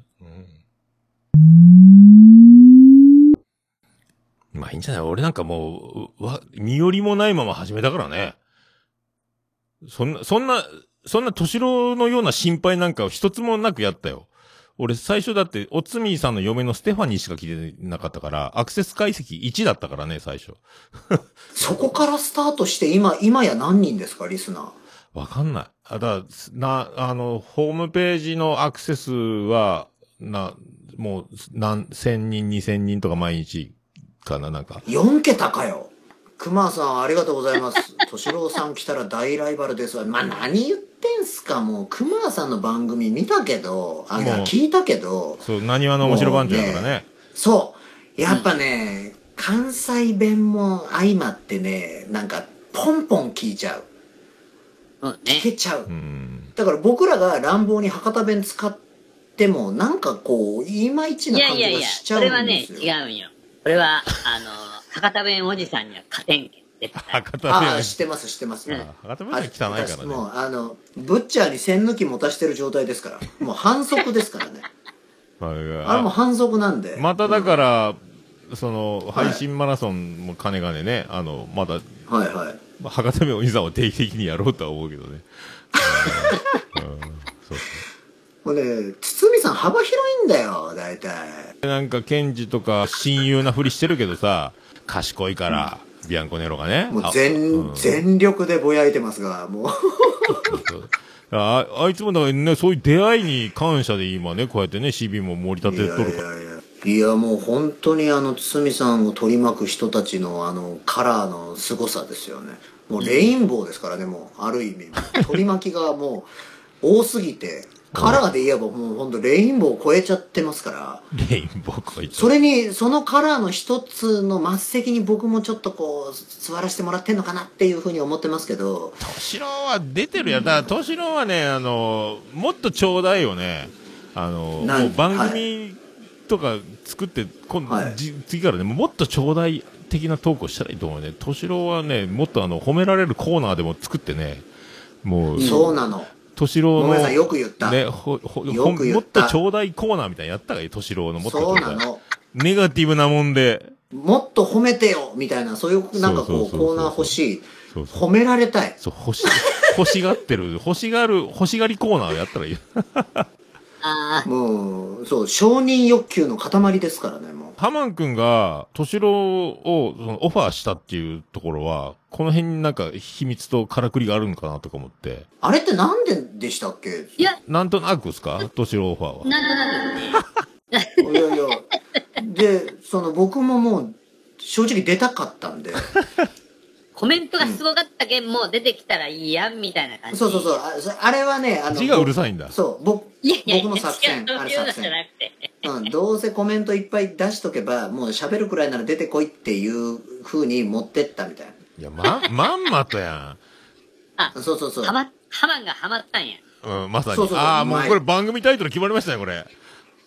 うん、まあいいんじゃない俺なんかもう、わ、身寄りもないまま始めたからね。そんな、そんな、そんな年郎のような心配なんか一つもなくやったよ。俺最初だって、おつみさんの嫁のステファニーしか聞いてなかったから、アクセス解析いちだったからね、最初。 そこからスタートして、今、今や何人ですか、リスナー。 わかんない。あ、だ、な、あの、ホームページのアクセスは、な、もう、何、千人、二千人とか毎日かな、なんか。 よん桁かよ。熊さん、ありがとうございます。敏郎さん来たら大ライバルですわ。まあ、何言ってんすか、もう。熊さんの番組見たけど、あ、いやもう聞いたけど、 そう、何話の面白番長だからね。 そう。やっぱね、関西弁も相まってね、なんか、ポンポン聞いちゃう。 そう聞ね。 けちゃう。 うん。 だから僕らが乱暴に博多弁使っても、なんかこう、いまいちいな感じやいやいや、 がしちゃうそれはね、 んですよ。 違うんよ。これは、あの、博多弁おじさんには勝てんけん。絶対。 博多弁ああ、知ってます、知ってます。 うん博多弁は汚いからね。 もう、あの、ブッチャーに栓抜き持たしてる状態ですから。もう反則ですからね。 まあれもあ、 反則なんで。 まただから、その、配信マラソンも金がねね、あの、まだ、 はいはい。 博多弁おじさんを定期的にやろうとは思うけどね。うんうんそうこれね、堤さん幅広いんだよ、大体。 なんか、ケンジとか親友なふりしてるけどさ、賢いから、ビアンコネロがね。 もうあ全、 うん全力でぼやいてますが、もう。 そうああいつもだからね、そういう出会いに感謝で今ね、こうやってね、シービー も盛り立てとるから。 いやいやいや。いや、もう本当にあの、堤さんを取り巻く人たちのあの、カラーの凄さですよね。もうレインボーですからね、もう、ある意味。取り巻きがもう、多すぎて、カラーで言えばもう本当レインボーを超えちゃってますから。 レインボーこいつ。 それに、そのカラーの一つの末席に僕もちょっとこう、座らせてもらってんのかなっていうふうに思ってますけど。 敏郎は出てるやん。だから、敏郎はね、あの、もっとちょうだいよね。あの、 なんもう番組とか作って、今度、 はいじ次からね、もっとちょうだい的なトークをしたらいいと思うね。敏郎はね、もっとあの、褒められるコーナーでも作ってね、もう、 そうなの。 敏郎の、 ごめんなさいよく言ったね、ほ、ほ、 よく言もったっとちょうだいコーナーみたいなのやったがいい、敏郎のもっとちょだい。 そううなの。 ネガティブなもんで、 もっと褒めてよみたいな、そういうなんかこう、 そうそうそうそうコーナー欲しい。 そうそう褒められたい。 そう、欲し、欲しがってる、欲しがる、欲しがりコーナーをやったらいい。 ああ、 もう、そう、承認欲求の塊ですからね、もハマン君が、敏郎を、その、オファーしたっていうところは、この辺になんか秘密とからくりがあるのかなとか思って。 う。あれってなんででしたっけいや、 なんとなくですか敏郎オファーは。 なんとなくね。 いやいや。で、その僕ももう、正直出たかったんで。 コメントがすごかったけん、もう出てきたらいいやん、みたいな感じ。 そうそうそう。あそあれはね、あの、 字がうるさいんだ。 そう、僕、 いやいやいや、 僕の作戦、 違うあれ作戦。 そういうのじゃなくて。 うん、どうせコメントいっぱい出しとけば、もう喋るくらいなら出てこいっていう風に持ってったみたいいや、ま、まんまとやあ、 な。そうそうそう。 はま、ハマンがハマったんや。 ん。うん、まさに。 そうそうそうああ、もう前これ番組タイトル決まりましたね、これ。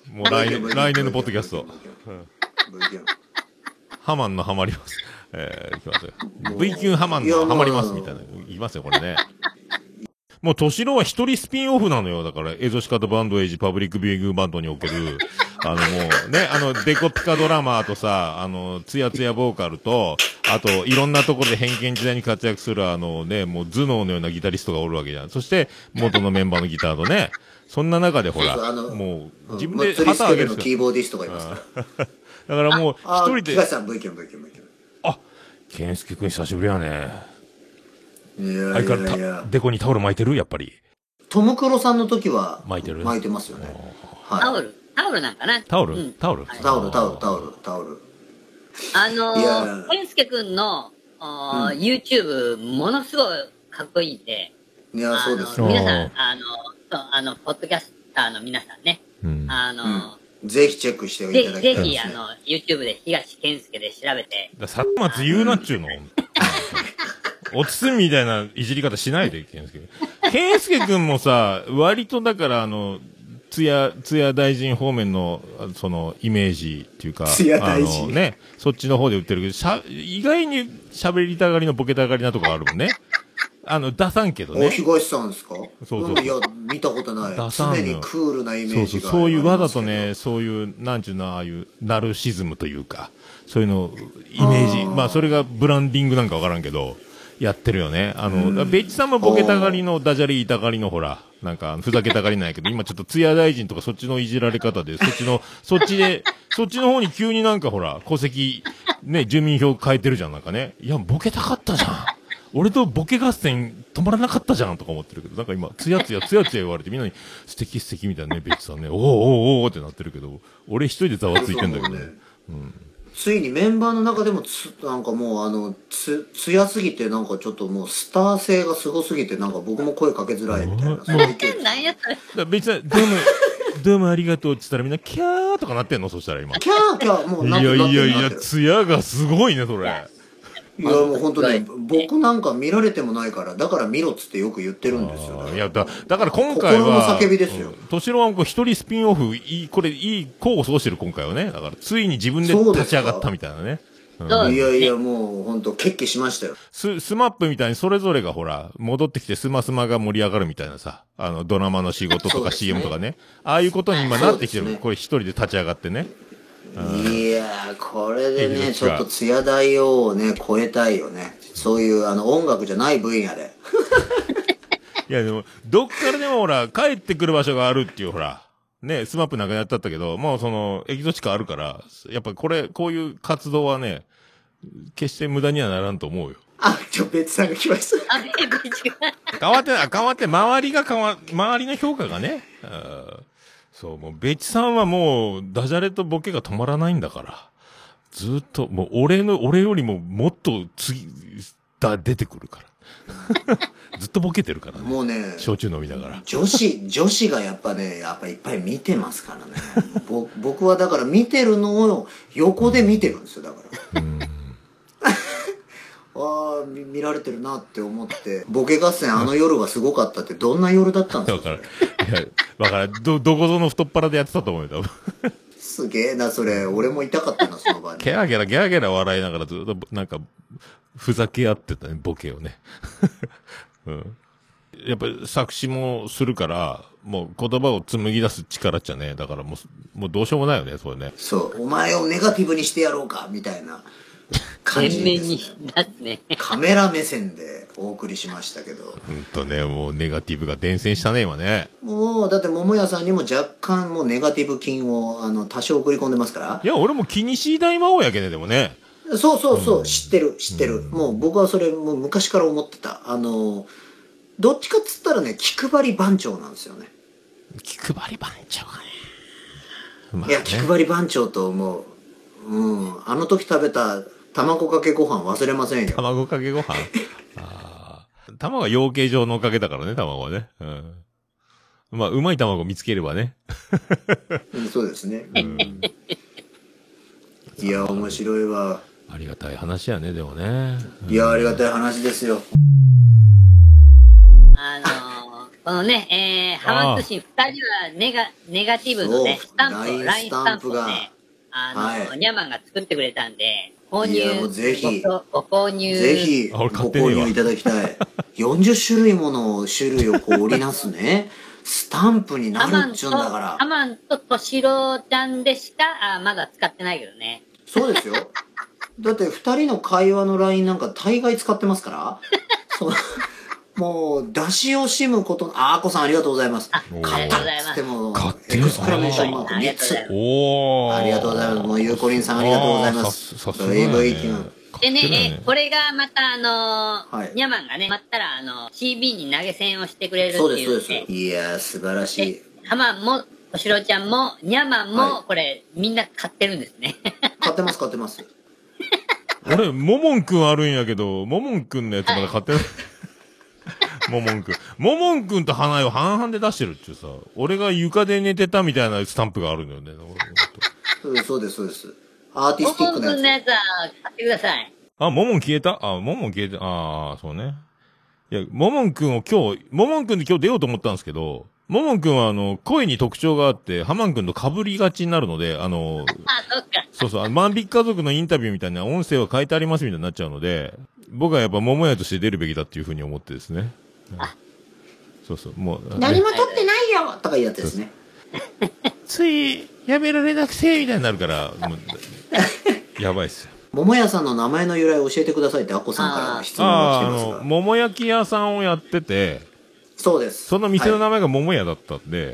もう来年、来年のポッドキャスト。 V キュン。 ハマンのハマります。えー、いきますよ。V キュンハマンのハマりますみたいな。いきますよ、これね。もう、トシロは一人スピンオフなのよ。だから、エゾシカとバンドエイジパブリックビューイングバンドにおける、あのもう、ね、あの、デコピカドラマーとさ、あの、ツヤツヤボーカルと、あと、いろんなところで偏見時代に活躍する、あのね、もう頭脳のようなギタリストがおるわけじゃん。そして、元のメンバーのギターとね、そんな中でほら、 そうそうあのもう、自分までつりスケベ旗あげるのキーボーディストがいますから。 だからもう、 あ一人で、 東さん V キュン V キュン V キュン。 あ、ケンスケ君久しぶりやね。 いやい相変わらずやいや。 デコにタオル巻いてるやっぱり。 トムクロさんの時は巻いてる巻いてますよね。はい。 タオルタオルなんかなタオル、 うんタオルタオルタオルタオルタオル。 あのいやー、健介くんの、あーうん YouTube ものすごいかっこいいんで、 いや、そうですあのね。 皆さん、あの、そうあの、ポッドキャスターの皆さんね、 うん。 あの、 ぜひチェックしていぜただきたぜひ、 いですね。 あの、YouTube で東健介で調べて、 ださまつ言うなっちゅうの。おつすみみたいないじり方しないで、ケンスケ。ケンスケ君もさ、割とだからあの、つや、つや大臣方面の、その、イメージっていうか、 つや大臣あのね、そっちの方で売ってるけど、しゃ、意外に喋りたがりのボケたがりなとこあるもんね。あの、出さんけどお、 ね。 東さんですか？ そうそういや、見たことない。 出さんの常にクールなイメそうそう、 ージが。 そういうわざとね、。そういう、なんちゅうの、ああいう、ナルシズムというか、そういうの、イメージ、 あーまあ、それがブランディングなんかわからんけど、やってるよね。あの、ベッチさんもボケたがりの、ダジャレ言いたがりの、ほら、なんか、ふざけたがりなんやけど、今ちょっと、ツヤ大臣とかそっちのいじられ方で、そっちの、そっちで、そっちの方に急になんかほら、戸籍、ね、住民票変えてるじゃん、なんかね。いや、ボケたかったじゃん。俺とボケ合戦止まらなかったじゃんとか思ってるけど、なんか今、つやつやつやつや言われてみんなに素敵素敵みたいなね、ベッチさんね、おーおーおーってなってるけど、俺一人でざわついてんだけどね。うん。 ついにメンバーの中でもつ、なんかもうあの、つ、艶すぎてなんかちょっともうスター性がすごすぎてなんか僕も声かけづらいみたいな。そういう勢い何やったら、 だから別に、どうも、どうもありがとうって言ったらみんな、キャーとかなってんのそしたら今。 キャーキャー、もういやなってるいやいや、 なってるツヤがすごいね、それ。 いやもう本当ね、 はい僕なんか見られてもないから、だから見ろっつってよく言ってるんですよ。 あーいや、だ、だから今回は、 心の叫びですようん。としろはこう一人スピンオフ、いい、これいい、交互過ごしてる今回はね。だからついに自分でそうですか立ち上がったみたいなね。うんそういやいやもう本当決起しましたよ。 ス、スマップみたいにそれぞれがほら、戻ってきてスマスマが盛り上がるみたいなさ、あの、ドラマの仕事とかそうですねシーエム とかね。ああいうことに今なってきてる。 そうですねこれ一人で立ち上がってね。 いやー、これでね、 いいですかちょっと艶大王をね、超えたいよね。そういうあの音楽じゃない分野で。 いやでも、どっからでもほら、帰ってくる場所があるっていうほら、ね、スマップなんかやったったけど、もうその、エキゾチカあるから、やっぱこれ、こういう活動はね、決して無駄にはならんと思うよ。 あ、ちょ、別さんが来ました。 あ、ベベチが、 変わってない、変わって、周りが変わ、周りの評価がね、あーそう、もう、ベチさんはもう、ダジャレとボケが止まらないんだから、ずっと、もう、俺の、俺よりももっと次、だ、出てくるから。ずっとボケてるからね。 もうね、 焼酎飲みながら。 女子、女子がやっぱね、やっぱいっぱい見てますからね。ぼ僕はだから見てるのを横で見てるんですよ、だから。 うん。 ああ、見見られてるなって思って、ボケ合戦あの夜はすごかったってどんな夜だったんですか？ だから、いや、だからん、ど、どこぞの太っ腹でやってたと思うよ、多分。 すげえな、それ。俺も痛かったな、その場に。 ゲラゲラ、ゲラゲラ笑いながらずっと、なんか、ふざけ合ってたね、ボケをね。うん。やっぱり作詞もするから、もう言葉を紡ぎ出す力っちゃね。だからもう、もうどうしようもないよね、それね。 そう。お前をネガティブにしてやろうか、みたいな感全じです、 面に出すね。 カメラ目線でお送りしましたけど。 ほんとね、もうネガティブが伝染したね、今ね。 もう、だって桃屋さんにも若干もうネガティブ菌を、あの、多少送り込んでますからい。や、俺も気にしい大魔王やけね、でもね。 そうそうそう、知ってる、知ってる。もう僕はそれもう昔から思ってた。あの、どっちかっつったらね、気配り番長なんですよね。 気配り番長がね。まあいや、気配り番長と思う。うん。あの時食べた卵かけご飯忘れませんよ。 卵かけご飯ああ。卵は養鶏場のおかげだからね、卵はね。うん。まあ、うまい卵見つければね。 うんそうですね。 うん。 いや、面白いわ。 ありがたい話やね、でもね。 いや、ありがたい話ですよ。 あのー、 このね、えー、ハマン通信二人はネガ、ネガティブのね、スタンプ、ライン スタンプをね、あの、はい、ニャマンが作ってくれたんで、購入、いやもうぜひ、ご購入、 ぜひ、ご購入いただきたい。よんじゅっしゅるいもの種類をこう織りなすね、スタンプになるっちゅうんだから。 ハマンとトシロちゃんでしか、あまだ使ってないけどね。 そうですよ。だって二人の会話の ライン なんか大概使ってますから。そうもう、出し惜しむこと、あーこさんありがとうございます。買ったっつっても、エクスクラメーションマークみっつ。 おー。 ありがとうございます。もう、ゆうこりんさんありがとうございます。 さすがね。 でね、え、これがまたあのー、はい、ニャマンがね、まったらあの、シービー に投げ銭をしてくれるっていう、ね。そうです、そうです。いやー、素晴らしい。 ハマンも、おしろちゃんも、ニャマンも、これ、はい、みんな買ってるんですね。 買ってます、買ってます。 俺、モモンくんあるんやけど、モモンくんのやつまだ買ってない。モモンくん。モモンくんと花江を半々で出してるっていうさ、俺が床で寝てたみたいなスタンプがあるんだよね。 そうです、そうです、そうです。アーティスティックなやつ。 モモンくんのやつは買ってください。 あ、モモン消えたあ、モモン消えた。ああ、そうね。いや、モモンくんを今日、モモンくんで今日出ようと思ったんですけど、モモンくんはあの、声に特徴があって、ハマンくんと被りがちになるので、あの、そうそう、万引き家族のインタビューみたいな音声は書いてありますみたいになっちゃうので、僕はやっぱ桃屋として出るべきだっていうふうに思ってですね。そうそう、もう。 何も取ってないよとかいうやつですね。 つい、やめられなくて、みたいになるから、もうやばいっすよ。 桃屋さんの名前の由来を教えてくださいってアッコさんから質問が来てますが。ああの、桃焼き屋さんをやってて、 そうです。 その店の名前が桃屋だったんで、はい、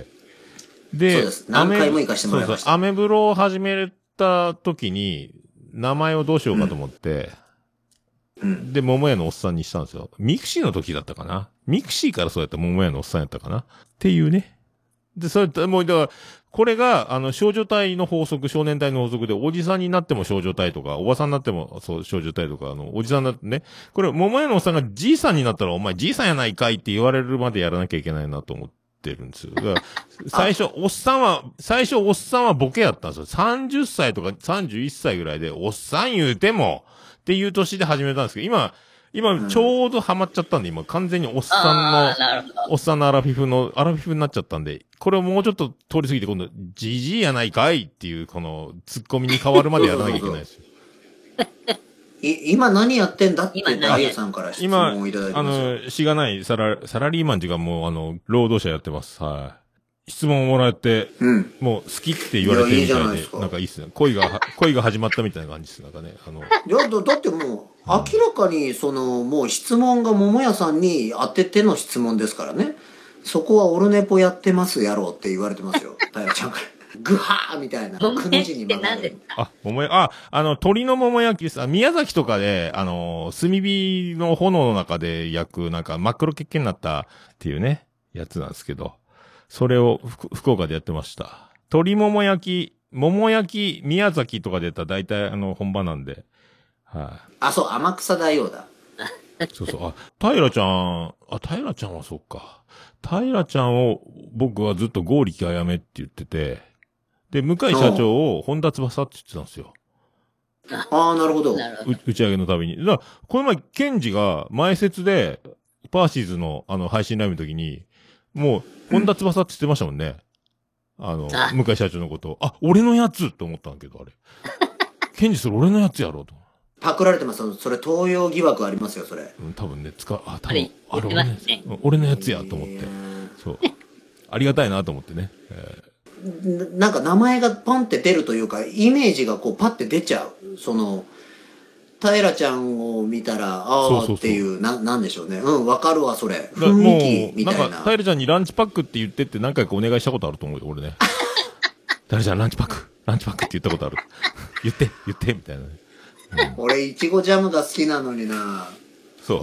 で、 そうです。何回も行かしてもらいました。 そうそう、アメブロを始めた時に、名前をどうしようかと思って、うん、で、桃屋のおっさんにしたんですよ。ミクシーの時だったかな。ミクシーからそうやった桃屋のおっさんやったかな。っていうね。で、それ、もう、だから、これが、あの、少女隊の法則、少年隊の法則で、おじさんになっても少女隊とか、おばさんになっても、そう、少女隊とか、あの、おじさんになってね。これ、桃屋のおっさんがじいさんになったら、お前じいさんやないかいって言われるまでやらなきゃいけないなと思ってるんですよ。だから、最初、おっさんは、最初、おっさんはボケやったんですよ。さんじゅっさいとかさんじゅういっさいぐらいで、おっさん言うても、っていう年で始めたんですけど、今、今、ちょうどハマっちゃったんで、今、完全におっさんの、おっさんのアラフィフの、アラフィフになっちゃったんで、これをもうちょっと通り過ぎて、今度、じじいやないかいっていう、この、ツッコミに変わるまでやらなきゃいけないですよ。 い今何やってんだってダイヤさんから質問をいただいてますよ。 今、あの、しがないサラ、サラリーマンっていうかもう、あの、労働者やってます。はい。質問をもらって、うん、もう好きって言われてるみたいで、いやいいじゃないですか。なんかいいっすね。恋が、恋が始まったみたいな感じです。なんかね。あの。 いや、だ、だってもう、明らかに、その、もう質問が桃屋さんに当てての質問ですからね。そこはオルネポやってますやろうって言われてますよ。平ちゃんから。グハーみたいな。くの字に曲がる。 あ、桃屋、あ、あの、鳥の桃焼きです。あ、宮崎とかで、あの、炭火の炎の中で焼く、なんか真っ黒血気になったっていうね、やつなんですけど。それを福岡でやってました。鶏もも焼き、桃焼き、宮崎とかでやったら大体あの本場なんで。はい、 あ。あ、そう、天草大王だ。 そうそう。あ、平ちゃん、あ、平ちゃんはそっか。平ちゃんを僕はずっと剛力あやめって言ってて、で、向井社長を本田翼って言ってたんですよ。 ああ、なるほど。 打ち上げのたびに。だから、この前、ケンジが前説で、パーシーズのあの配信ライブの時に、もう、本田翼って言ってましたもんね。あの、向井社長のことを。あ、俺のやつって思ったんだけど、あれ。ケンジそれ俺のやつやろうと。 パクられてます。それ、東洋疑惑ありますよ、それ。 うん、多分ね、使う、あ、多分、あれ俺のやつ、俺のやつやと思って。そう。ありがたいなと思ってね。えー、なんか名前がポンって出るというか、イメージがこうパッて出ちゃう。その、平ちゃんを見たら、ああっていう、な、なんでしょうね。うん、わかるわ、それ。雰囲気みたいな。 なんか、平ちゃんにランチパックって言ってって何回かお願いしたことあると思うよ、俺ね。平ちゃん、ランチパック、ランチパックって言ったことある。言って、言って、みたいなね。 うん、俺、いちごジャムが好きなのにな。 そう。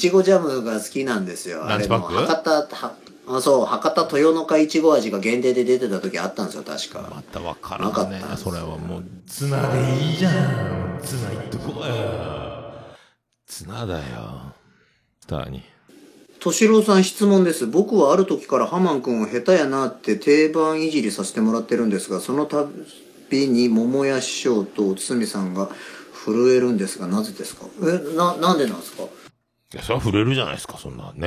いちごジャムが好きなんですよ。 ランチパックあれも博多、はあ、そう、博多豊の花いちご味が限定で出てた時あったんですよ、確か。 またわからんね。なかった。それはもう、ツナでいいじゃん。ツナいっとこうよ。ツナだよ。スターに。 敏郎さん質問です。僕はある時からハマン君を下手やなって定番いじりさせてもらってるんですが、その度に桃屋師匠と堤さんが震えるんですが、なぜですか？え、な、なんでなんですか？ いや、それは震えるじゃないですか、そんなね。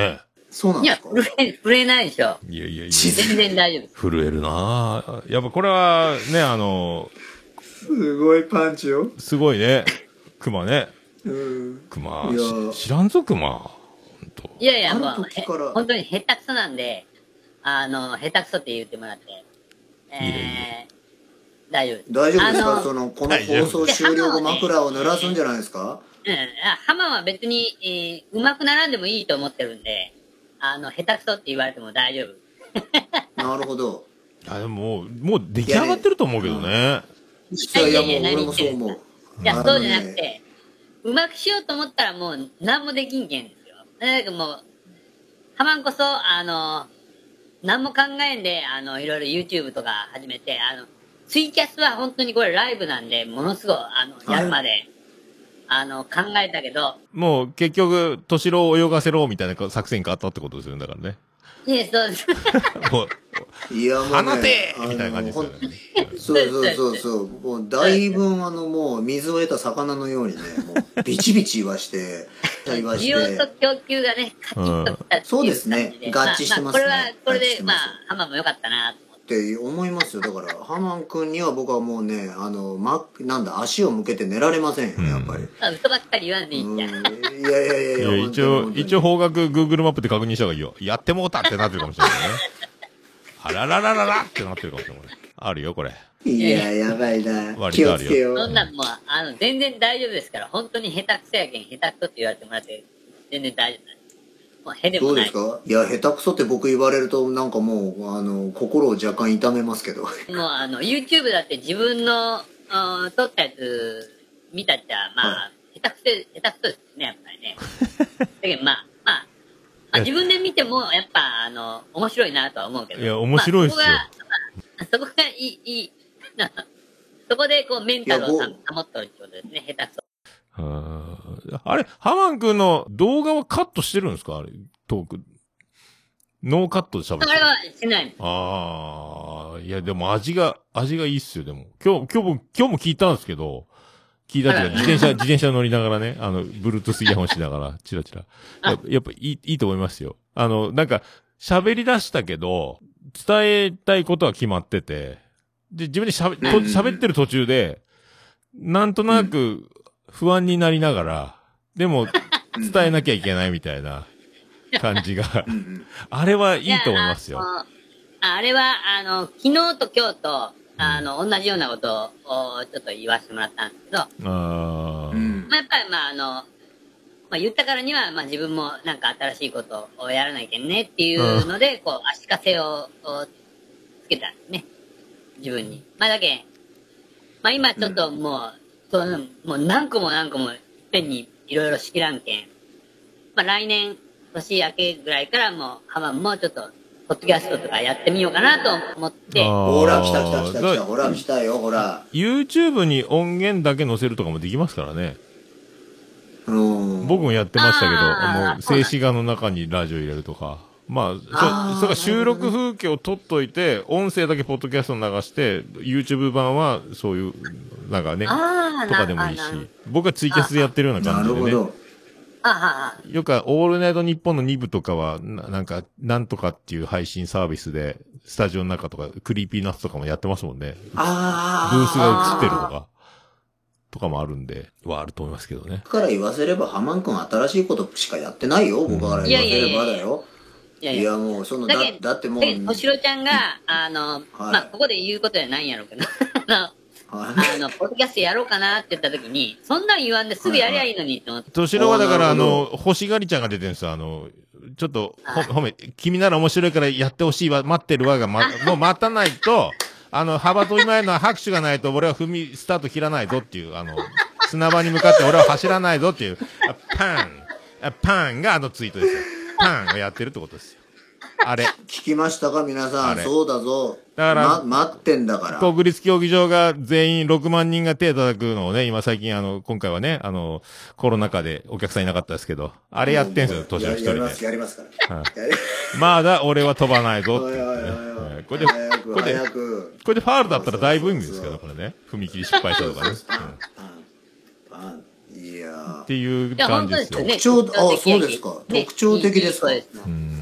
いや、 そうなんですか？ 震え、震えないでしょ。 いやいやいや。 全然大丈夫。 震えるなぁ。やっぱこれは、ね、あの、 すごいパンチよ。 すごいね。熊ね。 うん。 熊いや、 し知らんぞ、熊。ほんと。 いやいや、 あるもう、へ時から本当に下手くそなんで、あの、下手くそって言ってもらって。えー、 いいね大丈夫です。 大丈夫ですあのか？その、この放送終了後枕を濡らすんじゃないですか？ うん、あハマは別に、えー、上手くならんでもいいと思ってるんで、あの、下手くそって言われても大丈夫。 なるほど。 いや、でももう、もう出来上がってると思うけどね。 いやいや、もう俺何もそう思う。 いや、 あのそうじゃなくね、 て、うまくしようと思ったらもう何もできんけんですよ。だからもう、ハマンこそ、あの、何も考えんで、あの、いろいろ YouTube とか始めて、あの、ツイキャスは本当にこれライブなんで、ものすごい、あの、やるまで、あの、考えたけど、 もう結局、敏郎を泳がせろみたいな作戦があったってことですよね、だからね。 いや、そうです。 もう、 いや、もう、ね、 放てみたいな感じですよあのね。 そうそうそうそう。もう、だいぶ、あの、もう、水を得た魚のようにね、もう、ビチビチ言わして、言わし需要とて。 供給がね、カチッときたっていうそうですね感じ合致してますねまあ、まあ、これは、これで、まあ合致してます、 ハマも良かったなと思って。 って思いますよ。だから、ハマン君には僕はもうね、あの、ま、なんだ、足を向けて寝られませんよ、やっぱり。 まあ、嘘ばっかり言わんでいいうんん、 じゃん。 いやいやいやいや、 いや、一応、一応方角 Google マップで確認した方がいいよ。やってもうたってなってるかもしれないね。あらららららってなってるかもしれない。あるよ、これ。 いや、やばいな。 割気とあるよをつけよう。 そんなんもう、あの、全然大丈夫ですから、本当に下手くそやけん、下手くそって言われてもらって、全然大丈夫なんです。もう、へでもない。 どうですか？いや、下手くそって僕言われると、なんかもう、あの、心を若干痛めますけど。 もう、あの、YouTube だって自分の、うん撮ったやつ見たっちゃ、まあ、 は下手くそ、下手くそですね、やっぱりね。だけど、まあ、まあ、まあ、自分で見ても、やっぱ、あの、面白いなとは思うけど。 いや面白いっすよまあそこが、まあそこがいい、いい、そこで、こう、メンタルをいや保っとるってことですね、下手くそ。 あーあれ、ハマン君の動画はカットしてるんですかあれ、トーク。ノーカットで喋ってる。 それはしない。 ああ、いや、でも味が、味がいいっすよ、でも。今日、今日も、今日も聞いたんですけど、聞いたっていうか、自転車、自転車乗りながらね、あの、ブルートゥースイヤホンしながら、チラチラ。やっぱ、やっぱいい、いいと思いますよ。あの、なんか、喋り出したけど、伝えたいことは決まってて、で、自分で喋、と喋ってる途中で、なんとなく不安になりながら、でも、伝えなきゃいけないみたいな感じが、 うんうんあれはいいと思いますよ。 やあのあれは、あの、昨日と今日と、あの、同じようなことを、ちょっと言わせてもらったんですけど、 ああ、 うんまあ、やっぱり、まあ、あの、まあ、言ったからには、まあ、自分もなんか新しいことをやらなきゃいけんねっていうので、こう、足かせををつけたんですね。自分に。まあ、だけ、まあ、今ちょっともう、そのもう何個も何個もいっぺんにいろいろ仕切らんけん。まあ、来年、年明けぐらいからもう、ハマンもちょっと、ポッドキャストとかやってみようかなと思って、 あーほら、来た来た来た来だた。ほら、来たよ、ほら。 YouTube に音源だけ載せるとかもできますからね。 うん。 僕もやってましたけど、 あーもう、静止画の中にラジオ入れるとか。まあ、 あーそ、それから収録風景を撮っといて、音声だけポッドキャストに流して、YouTube 版はそういう、なんかね、 ああ、 とかでもいいしなあな、 僕はツイキャスでやってるようなな感じでね。 るほど。 ああ、 よくは、オールナイトニッポンのに部とかは、ななんか、なんとかっていう配信サービスで、スタジオの中とか、クリーピーナッツとかもやってますもんね。 ああ。 ブースが映ってるとか、とかもあるんで、はあると思いますけどね。 から言わせれば、ハマン君新しいことしかやってないよ。僕から言わせればだよ。 いやいや。 いや、もう、その、だだけど、 だってもう、 だけど、としろちゃんが、あの、まあ、ここで言うことじゃないんやろうけど、あはの、あの、ポッドキャストやろうかなって言った時に、そんなん言わんですぐやりゃいいのにって思って。 としろはだから、ああーなるの、欲しがりちゃんが出てるんですよ。あの、ちょっと、ほ、ほめ、君なら面白いからやってほしいわ、待ってるわが、ま、もう待たないと、あの、幅跳び前の拍手がないと俺は踏み、スタート切らないぞっていう、あの、砂場に向かって俺は走らないぞっていう、あパン、あパンがあのツイートですよ。パンをやってるってことですよ。あれ。 聞きましたか皆さん。 あれそうだぞ。 だからま、待ってんだから。 国立競技場が全員ろくまん人が手叩くのをね、今最近あの、今回はね、あの、コロナ禍でお客さんいなかったですけど、あれやってんすよ、年の一人でややります、。やりますから。 はいやりまだ俺は飛ばないぞっておいおいおいおいはいこれで、 早く、 これで、 早く。 これでファールだったら大ブーイングですけど、これね。踏切失敗したとかね。 パン、パン、パン。いやっていういや、 感じですよ。 本当ですよね。 特徴あそうですかね特徴的ですかいいいい子ですねうん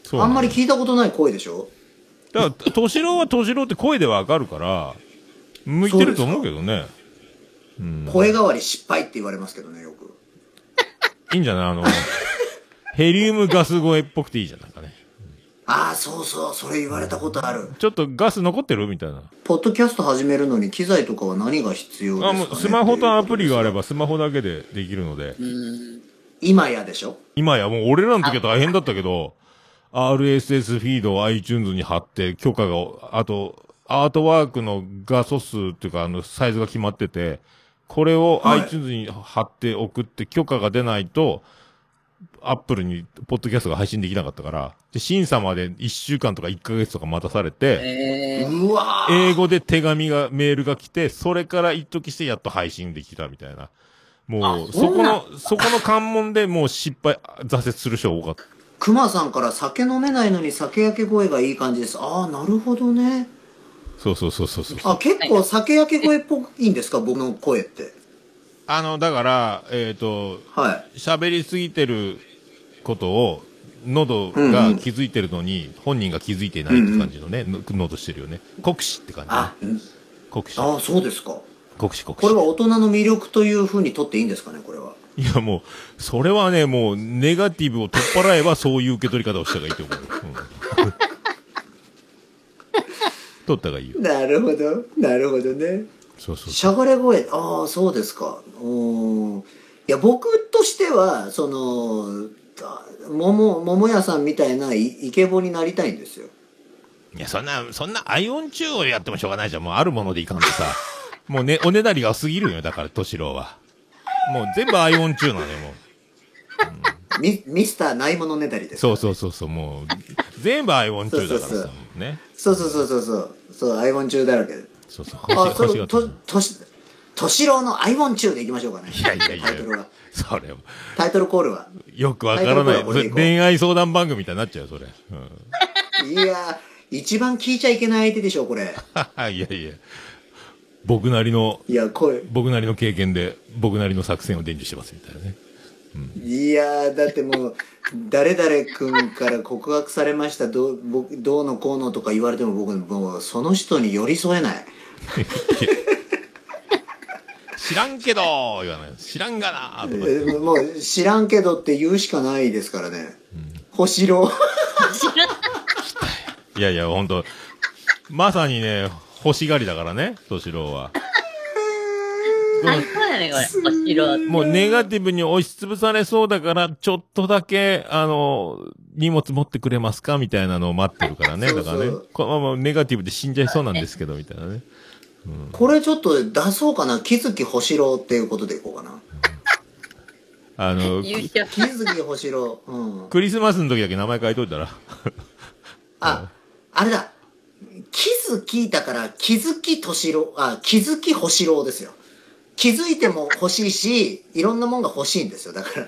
そうあんまり聞いたことない声でしょ。 だから、敏郎は敏郎って声でわかるから、向いてると思うけどね。うん、 声変わり失敗って言われますけどね、よく。 いいんじゃないあの、ヘリウムガス声っぽくていいじゃん、なんかね。 ああ、そうそう、それ言われたことある。 ちょっとガス残ってるみたいな。 ポッドキャスト始めるのに機材とかは何が必要ですかね。 あ、もうスマホとアプリがあればスマホだけでできるので。 今やでしょ。 今やもう俺らの時は大変だったけど、アールエスエス フィードを iTunes に貼って許可が、あと、アートワークの画素数っていうかあのサイズが決まってて、これを iTunes に貼って送って許可が出ないと、アップルにポッドキャストが配信できなかったから、で、審査までいっしゅうかんとかいっかげつとか待たされて、 えー、 うわー英語で手紙が、メールが来て、それから一時してやっと配信できたみたいな。もう、そこの、そこの関門でもう失敗、挫折する人が多かった。 熊さんから酒飲めないのに酒焼け声がいい感じです。ああ、なるほどね。 そうそうそうそうそう。 あ、結構酒焼け声っぽいんですか、僕の声って。 あの、だから、えっと、 はい。 喋りすぎてることを、喉が気づいてるのに、本人が気づいていないって感じのね、喉してるよね。酷使って感じ、ね。 あ、 酷使。 ああ、そうですか。 酷使酷使。 これは大人の魅力というふうに取っていいんですかね、これは。 いやもう、それはね、もう、ネガティブを取っ払えば、そういう受け取り方をした方がいいと思う。うん、取った方がいいよ。 なるほど。なるほどね。 そうそうそう。 しゃがれ声、ああ、そうですか。おーいや、僕としては、その、桃、桃屋さんみたいなイイケボになりたいんですよ。 いや、そんな、そんなアイオン中をやってもしょうがないじゃん。もうあるものでいかんとさ。もうね、おねだりが過ぎるよ。だから、敏郎は。もう全部アイオン中なのよ、もう。 うん、ミミスターないものねだりです、 そうそうそうそう、もう、全部アイオン中だからさ、 そうそうそうね。 そうそうそうそうそう、そう、アイオン中だらけで。 そうそう、 あ、 星、星が。 そう、と、とし、としろうのアイオン中でいきましょうかね。 いやいやいやタイトルは。 それは。 タイトルコールは。 よくわからない。それ恋愛相談番組みたいになっちゃうよ、それ。 うん、いや、一番聞いちゃいけない相手でしょ、これ。 いやいや。僕なりの、 いや、声。 僕なりの経験で、僕なりの作戦を伝授してますみたいなね。 うん、いやー、だってもう、誰々君から告白されました、どう、僕、どうのこうのとか言われても僕、もう、その人に寄り添えない。 知らんけど言わない。知らんがなーとか、 えー。もう、知らんけどって言うしかないですからね。うん、星郎。 いやいや、ほんと、まさにね、欲しがりだからね、敏郎は。 最高やね、これ。星郎。 もうネガティブに押しつぶされそうだから、ちょっとだけ、あの、荷物持ってくれますかみたいなのを待ってるからね。だからね。このままネガティブで死んじゃいそうなんですけど、みたいなね。 うん、これちょっと出そうかな。木月星郎っていうことでいこうかな。うん、 あの、 木月星郎。うん。 クリスマスの時だけ名前書いといたら。 あ、あれだ。気づきだから気づき年郎、あ、気づき星郎ですよ。気づいても欲しいし、いろんなもんが欲しいんですよ、だから。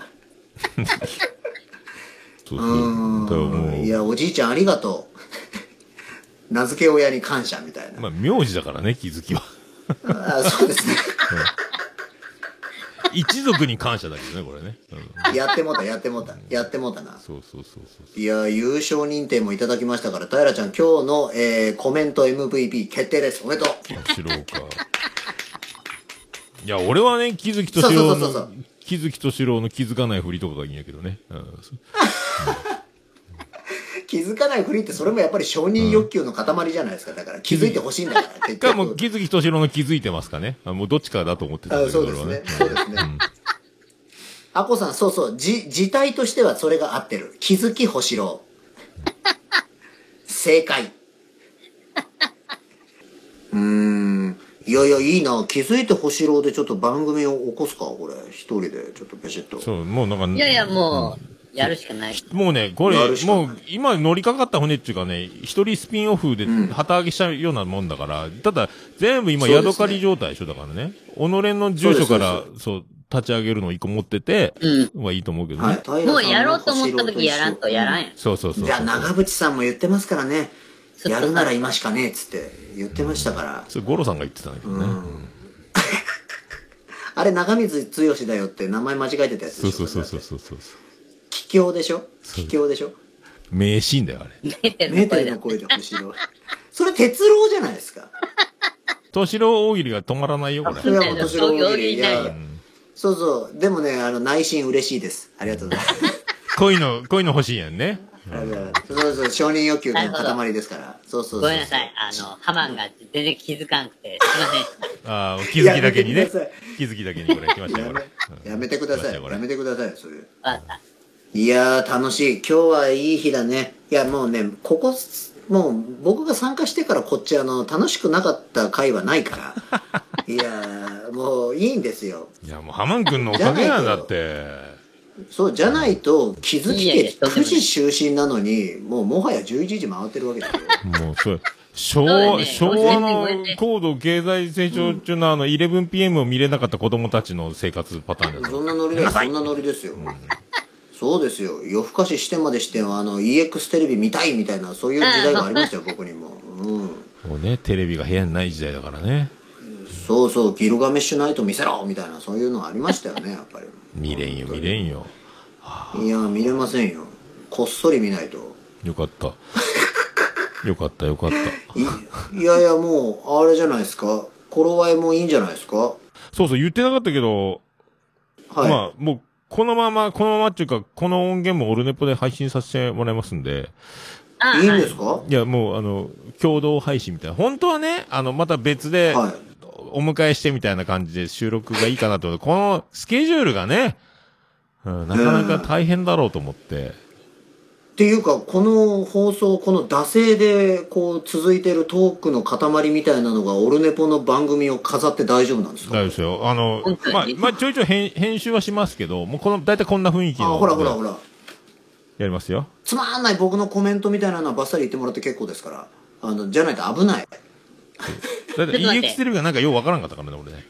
そうそう。うん。 いや、おじいちゃんありがとう。名付け親に感謝みたいな。 まあ、名字だからね、気づきは。 あ、そうですね。 一族に感謝だけどね、これね。 うん、やってもうた、やってもうた。やってもうたな。 そうそうそうそう。 いや、優勝認定もいただきましたから、平ちゃん、今日の、えー、コメント エムブイピー 決定です。おめでとう。 知ろうか。いや、俺はね、木月敏郎の、木月敏郎の気づかないふりとかがいいんやけどね。うん、 気づかないふりって、それもやっぱり承認欲求の塊じゃないですか。だから気づいてほしいんだから。結局。かも、木月敏郎の気づいてますかね。もうどっちかだと思ってたんだけど、 そうですね。そうですね。あこさん、そうそう、じ、字体としてはそれが合ってる。気づき星郎。正解。うーん。いやいや、いいな。気づいて星郎でちょっと番組を起こすか、これ。一人で、ちょっとペシッと。 そう、もうなんか。 いやいや、もう、うん、やるしかない。 もうね、これ、もう、今乗りかかった船っていうかね、一人スピンオフで旗揚げしたようなもんだから、うん、ただ、全部今、ヤドカリ状態でしょ、だからね。己の住所から、そう、立ち上げるのを一個持ってて、うん。はいいと思うけどね。 はい、もうやろうと思った時やらんとやらんや、うん。 そうそうそうそう。 じゃあ、長渕さんも言ってますからね。やるなら今しかねえっつって言ってましたから。 それ、五郎さんが言ってたんだけどね。うんあれ、長水剛だよって名前間違えてたやつでしょ。 そうそうそうそうそう。 桔梗でしょ桔梗でしょ名シーンだよ、あれ。 メーテルメーテルの声での声で星郎。それ鉄郎じゃないですか。 敏郎大喜利が止まらないよ、これ。 それはもう年郎大喜利。いやそういう大喜利ないよそうそう。でもね、あの、内心嬉しいです。ありがとうございます。 恋の、恋の欲しいやんね。 あのそうそう、承認欲求の塊ですから。そうそうそう。 ごめんなさい。あの、ハマンが全然気づかなくて、すいませんでした。 ああ、気づきだけにねやめてください。 気づきだけにこれ来ましたよ、これ。 やめてください。 来ましたよこれやめてください、それ。 わかった。 いやー、楽しい。今日はいい日だね。いや、もうね、ここ、もう、僕が参加してからこっち、あの、楽しくなかった回はないから。いやー、もういいんですよ。 いや、もうハマン君のおかげなんだって。 そう、じゃないと、気づきいやいやてくじ就寝なのに、もうもはやじゅういちじ回ってるわけですよ。 もう、それ、昭和、 そうね昭和のごめんね高度経済成長中のあの、イレブンピーエム を見れなかった子供たちの生活パターンですよ。 そんなノリです、そんなノリですよ。そうですよ。夜更かししてまでしては、あの、イーエックス テレビ見たいみたいな、そういう時代がありましたよ、僕にも。うん。 もうね、テレビが部屋にない時代だからね。 そうそう、ギルガメッシュナイト見せろみたいな、そういうのありましたよね、やっぱり。 見れんよ、見れんよ。 いや、見れませんよ。こっそり見ないと。 よかった。よかった、よかった。 いいやいや、もう、あれじゃないですか。頃合いもいいんじゃないですか。 そうそう、言ってなかったけど、 はい。 まあ、もう、このまま、このままっていうか、この音源もオルネポで配信させてもらいますんで、 あいいんですか。 いや、もう、あの、共同配信みたいな。本当はね、あの、また別で、 はい。 お迎えしてみたいな感じで収録がいいかなと思って、このスケジュールがね、うん、なかなか大変だろうと思って。 っていうか、この放送、この惰性で、こう、続いてるトークの塊みたいなのが、オルネポの番組を飾って大丈夫なんですか。 大丈夫ですよ。あの本、当にまあ、まあ、ちょいちょい編編集はしますけど、もうこの、だいたいこんな雰囲気あ、 の。 ほらほらほら。 やりますよ。 つまんない僕のコメントみたいなのはバッサリ言ってもらって結構ですから。あの、じゃないと危ない。 だって イーエックス テレビがなんかようわからんかったからね、俺ね。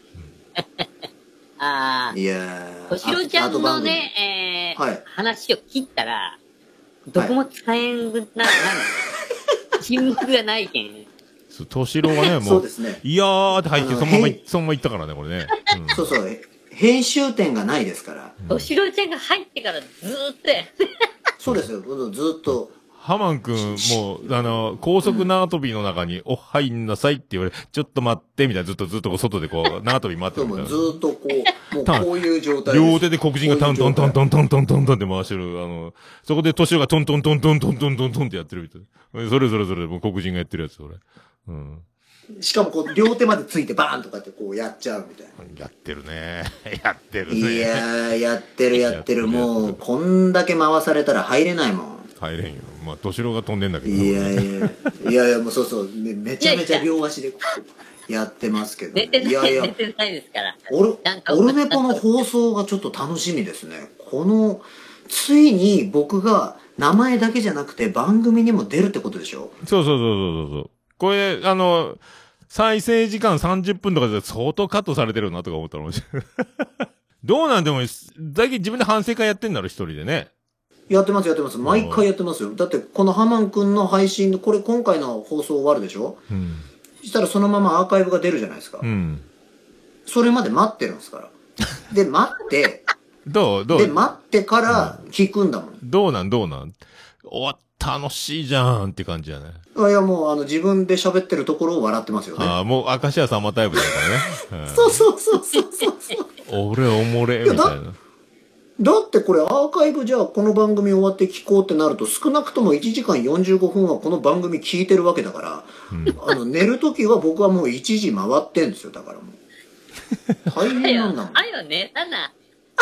あいやー。 ー、ひろちゃんのね、えーはい話を切ったら、どこも使えんぐな、なる。沈黙がないけん。 そう、敏郎がね、もう、 そうですねいやーって入って、 あのそのままいへ、 そのまま行ったからね、これね。うんそうそう。編集点がないですから。 としろちゃんが入ってからずーっとや、 そうですよ。ずーっと。 ハマン君、もう、あの、高速縄跳びの中に、お、入んなさいって言われ、ちょっと待って、みたいな、ずっとずっとこう外でこう、縄跳び待ってそうもうるみたいな。 ずーっとこう、もうタンこういう状態です。 両手で黒人がタントントントントントントントンって回してる、あの、そこで敏郎がトントントントントントントントンってやってるみたいな。それぞれぞれもう黒人がやってるやつ、それ。うん。 しかもこう、両手までついてバーンとかってこうやっちゃうみたいな。 やってるね。やってるね。 いやー、やってるやってる。もう、こんだけ回されたら入れないもん。 入れんよ。まあ、敏郎が飛んでんだけど。 いやいや、いやいや、もうそうそう、めめちゃめちゃ両足でこうやってますけど、 出てない、 いやいや出、てないですから。 オルちゃんとオルネポの放送がちょっと楽しみですね。この、ついに僕が名前だけじゃなくて番組にも出るってことでしょ。 そうそうそうそうそう。これ、あの、再生時間さんじゅっぷんとかで相当カットされてるなとか思ったら面白い。どうなんでも、最近自分で反省会やってんだろ、一人でね。 やってますやってます。毎回やってますよ。だってこのハマンくんの配信で、これ今回の放送終わるでしょ。 うん。 そしたらそのままアーカイブが出るじゃないですか。 うん。 それまで待ってるんですから。で、待って、 どうどうで、待ってから聞くんだもん。 どうなんどうなんおわ、楽しいじゃんって感じじゃないいや、もう、あの、自分で喋ってるところを笑ってますよね。 ああ、もう、明石家さんまタイプだからね。うんそうそうそうそうそうそう。 俺おもれ、みたいな。 だってこれアーカイブじゃあこの番組終わって聞こうってなると少なくともいちじかんよんじゅうごふんはこの番組聞いてるわけだから、あの、寝るときは僕はもういちじ回ってんですよ。だからもう。大変なんだもん。 あよね、だな。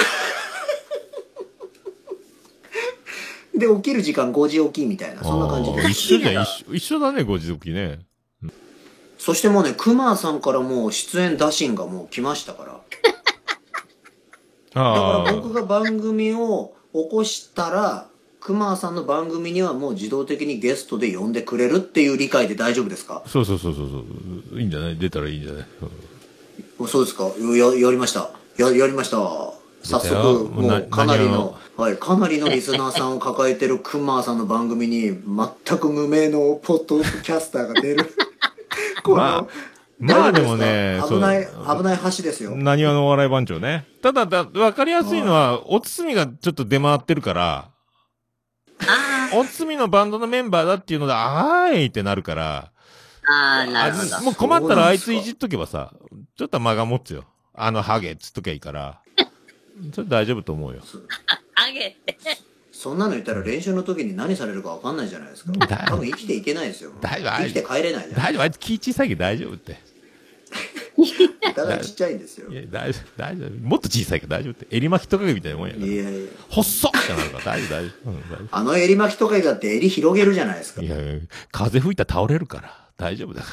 で、起きる時間ごじ起きみたいな、そんな感じであー。一緒じゃん、一緒、一緒だね、ご時々ね。 そしてもうね、クマさんからもう出演打診がもう来ましたから。だあから僕が番組を起こしたら、クマさんの番組にはもう自動的にゲストで呼んでくれるっていう理解で大丈夫ですか？ そうそうそうそうそう。いいんじゃない出たらいいんじゃないそうですか。や、やりました。や、やりました。早出たよ速、もなうかなり何をの、はい、かなりのリスナーさんを抱えてるクマさんの番組に、全く無名のポッドキャスターが出る。これまあまあでもね、 危ない、 そう危ない橋ですよ。 何話のお笑い番長ね。ただ、だ、わかりやすいのは、おつみがちょっと出回ってるから、 あおつみのバンドのメンバーだっていうので、あーいってなるから、 あー、なるほど。 あもう困ったらあいついじっとけばさ、ちょっと間が持つよ。あのハゲっつっときゃいいから、それ大丈夫と思うよ。 ハゲって。 そんなの言ったら練習の時に何されるか分かんないじゃないですか。多分生きていけないですよ。 大丈夫。 生きて帰れないじゃん。 大丈夫。あいつ気小さいけど大丈夫って。 だからちっちゃいんですよ。 いや、大丈夫。大丈夫。もっと小さいから大丈夫って。襟巻きトカゲみたいなもんやから。 いやいや。 細っってなるから大丈夫、大丈夫。うん、大丈夫。 あの襟巻きトカゲだって襟広げるじゃないですか。 いや、風吹いたら倒れるから。大丈夫だから。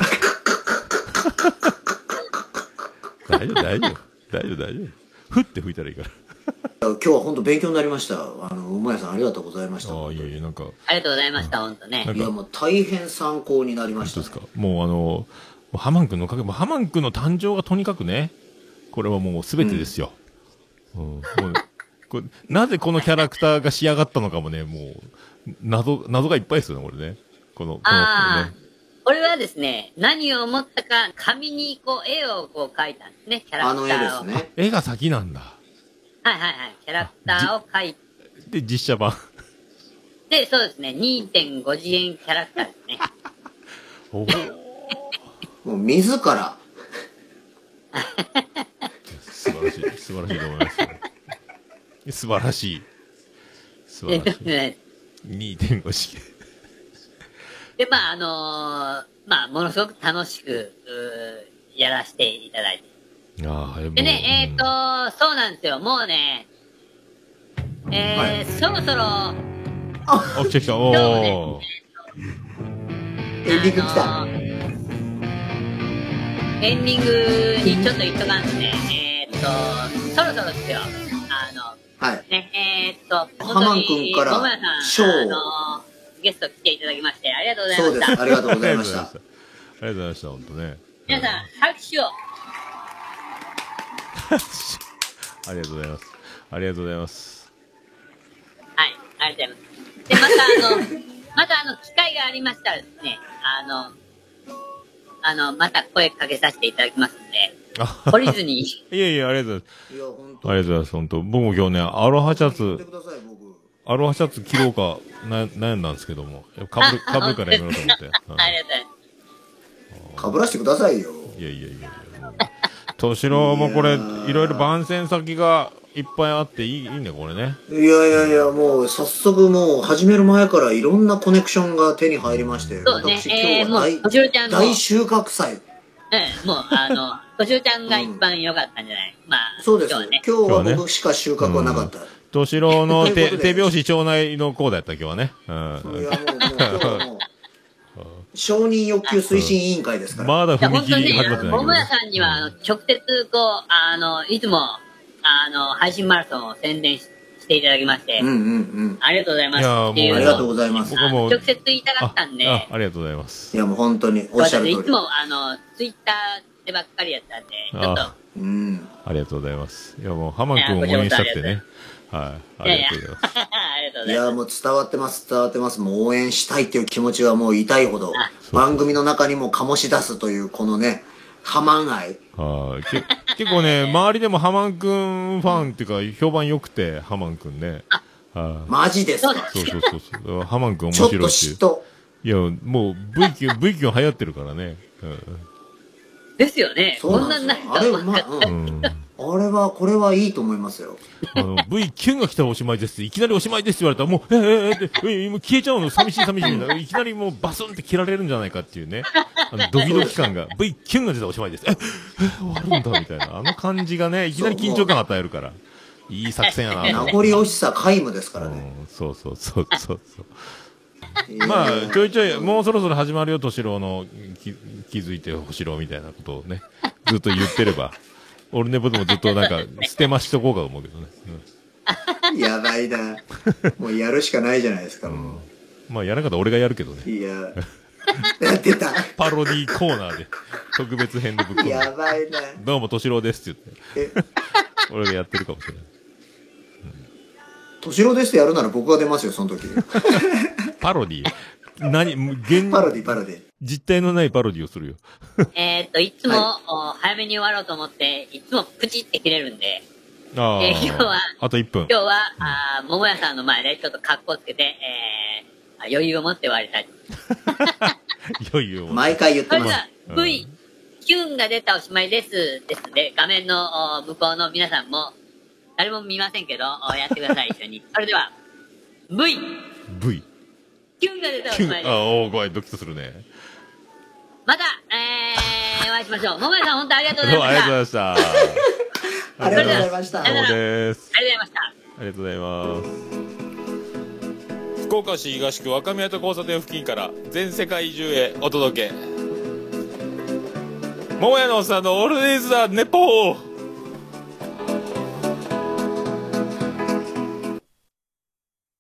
大丈夫、大丈夫。大丈夫、大丈夫。ふって吹いたらいいから。 今日は本当勉強になりました。あの、うまやさんありがとうございました。 ああ、いやいや、なんか。 ありがとうございました、本当ね。 いや、もう大変参考になりました、ね。 そうですか。もうあの、ハマン君のおかげ、もうハマン君の誕生がとにかくね、これはもう全てですよ。うん。うん、もうこれなぜこのキャラクターが仕上がったのかもね、もう、謎、謎がいっぱいですよね、これね。この、この、 ああ、 ね。 これはですね、何を思ったか、紙にこう、絵をこう描いたんですね、キャラクターを。 あの絵ですね。 絵が先なんだ。 はいはいはい。キャラクターを描いて。 で、実写版。で、 そうですね、にてんご 次元キャラクターですね。 おお。 もう自ら。 素晴らしい、素晴らしいと思います。素晴らしい。素晴らしい。にてんご 次元。 で、まあ、あのー、まあ、ものすごく楽しく、やらせていただいて。 ああ、 でね、えっ、ー、と、そうなんですよ、もうね、えー、はい、そろそろ、 あ、来た来た、おー。ね、 エンディング来た。 あのー、エンディングにちょっと言っとかんとね、えっ、ー、と、そろそろですよ、あの、 はい。 ね、えっ、ー、と、 ハマン君から、 ショー、あのー、ゲスト来ていただきまして、ありがとうございました。 そうです、ありがとうございました。 ありがとうございました、本当ね。 皆さん、拍手を。 ありがとうございます。ありがとうございます。 はい、ありがとうございます。で、またあの、またあの、機会がありましたらですね、あの、あの、また声かけさせていただきますので、懲りずに。いやいや、ありがとうございます。いや、本当。ありがとうございます、本当。僕も今日ね、アロハシャツ、アロハシャツ着ろうかな悩んだんですけども、かぶる、かぶるからやめろと思って。ありがとうございます。 かぶらせてくださいよ。 いやいやいやいや。敏郎もこれ、いろいろ番宣先がいっぱいあっていい、いいね、これね。 いやいやいや、もう早速もう始める前からいろんなコネクションが手に入りまして、 そうね、 私今日は大、 えー、もう、敏郎ちゃんの大収穫祭。 ええ、もう、あの、敏郎ちゃんが一番良かったんじゃない、うん、まあ、 そうです。今日は、ね、今日は僕しか収穫はなかった。 敏郎の手、手拍子町内のコーダやった、今日はね。うん。いや、もう、もう、今日はもう、 承認欲求推進委員会ですから。 まだ踏切始まってないけど、 ね。桃屋さんには、あの、直接、こう、あの、いつも、あの、配信マラソンを宣伝ししていただきまして。 うんうんうん。 ありがとうございます。いや、もう、ありがとうございます。 僕も直接言いたかったんで。 あ、ありがとうございます。 いや、もう本当に、おっしゃる通り。 いつも、あの、ツイッターでばっかりやったんで、ちょっと。 うん。 ありがとうございます。いや、もう、ハマン君を応援したくてね。はい。ありがとうございます。 いや、もう伝わってます、伝わってます。もう応援したいっていう気持ちはもう痛いほど、番組の中にも醸し出すという、このね、ハマン愛。 はい。結構ね、周りでもハマン君ファンっていうか、評判良くて、ハマン君ね。 はい。マジですか？ そうそうそうそう。ハマン君面白いし。 ちょっといや、もう V 級、V 級流行ってるからね。 うん、ですよね。 そうなんですよ。あれ、まあ、うん。あれは、これはいいと思いますよ。 あの、V キュンが来たらおしまいですって、いきなりおしまいですって言われたら、もう、えー、えー、えー、もう消えちゃうの、寂しい寂しい。いきなりもうバスンって切られるんじゃないかっていうね。あの、ドキドキ感が、V キュンが出たらおしまいです。え、え、終わるんだ、みたいな。あの感じがね、いきなり緊張感与えるから。いい作戦やな。 名残惜しさ皆無ですからね。 うん、そうそうそうそうそう。まあ、ちょいちょい、もうそろそろ始まるよ、敏郎の、き気づいてほしろ、みたいなことをね、ずっと言ってれば。オルネポでもずっとなんか、捨てましとこうかと思うけどね。 うん、やばいな。もうやるしかないじゃないですか、もう。うん、 まあ、やらなかったら俺がやるけどね。 いや、やってた。 パロディーコーナーで、特別編でぶっ込んで。 やばいな。 どうも、敏郎ですって言って。俺がやってるかもしれない。 敏郎ですってやるなら僕が出ますよ、その時。 パロディー何現パロディ、パロディ。 実体のないパロディをするよ。 えっと、いつも、はい、早めに終わろうと思って、いつもプチって切れるんで、 あえー、今日は、 あといっぷん。 今日は、あ桃屋さんの前でちょっと格好つけて、え余裕を持って終わりたい。 余裕を。 毎回言ってます。 それでは、V、キュンが出たおしまいです。ですので、画面の向こうの皆さんも、誰も見ませんけど、やってください、一緒に。それでは、V。 V。 キュンが出たおしまいです。 あ、おー、怖い、ドキッとするね。 また、えー、お会いしましょう。桃屋さん、本当ありがとうございました。 ありがとうございました。 ありがとうございました。 どうもです。 ありがとうございました。 ありがとうございます。福岡市東区若宮と交差点付近から全世界中へお届け。桃屋のおっさんのオールディーズ・ザ・ネポー。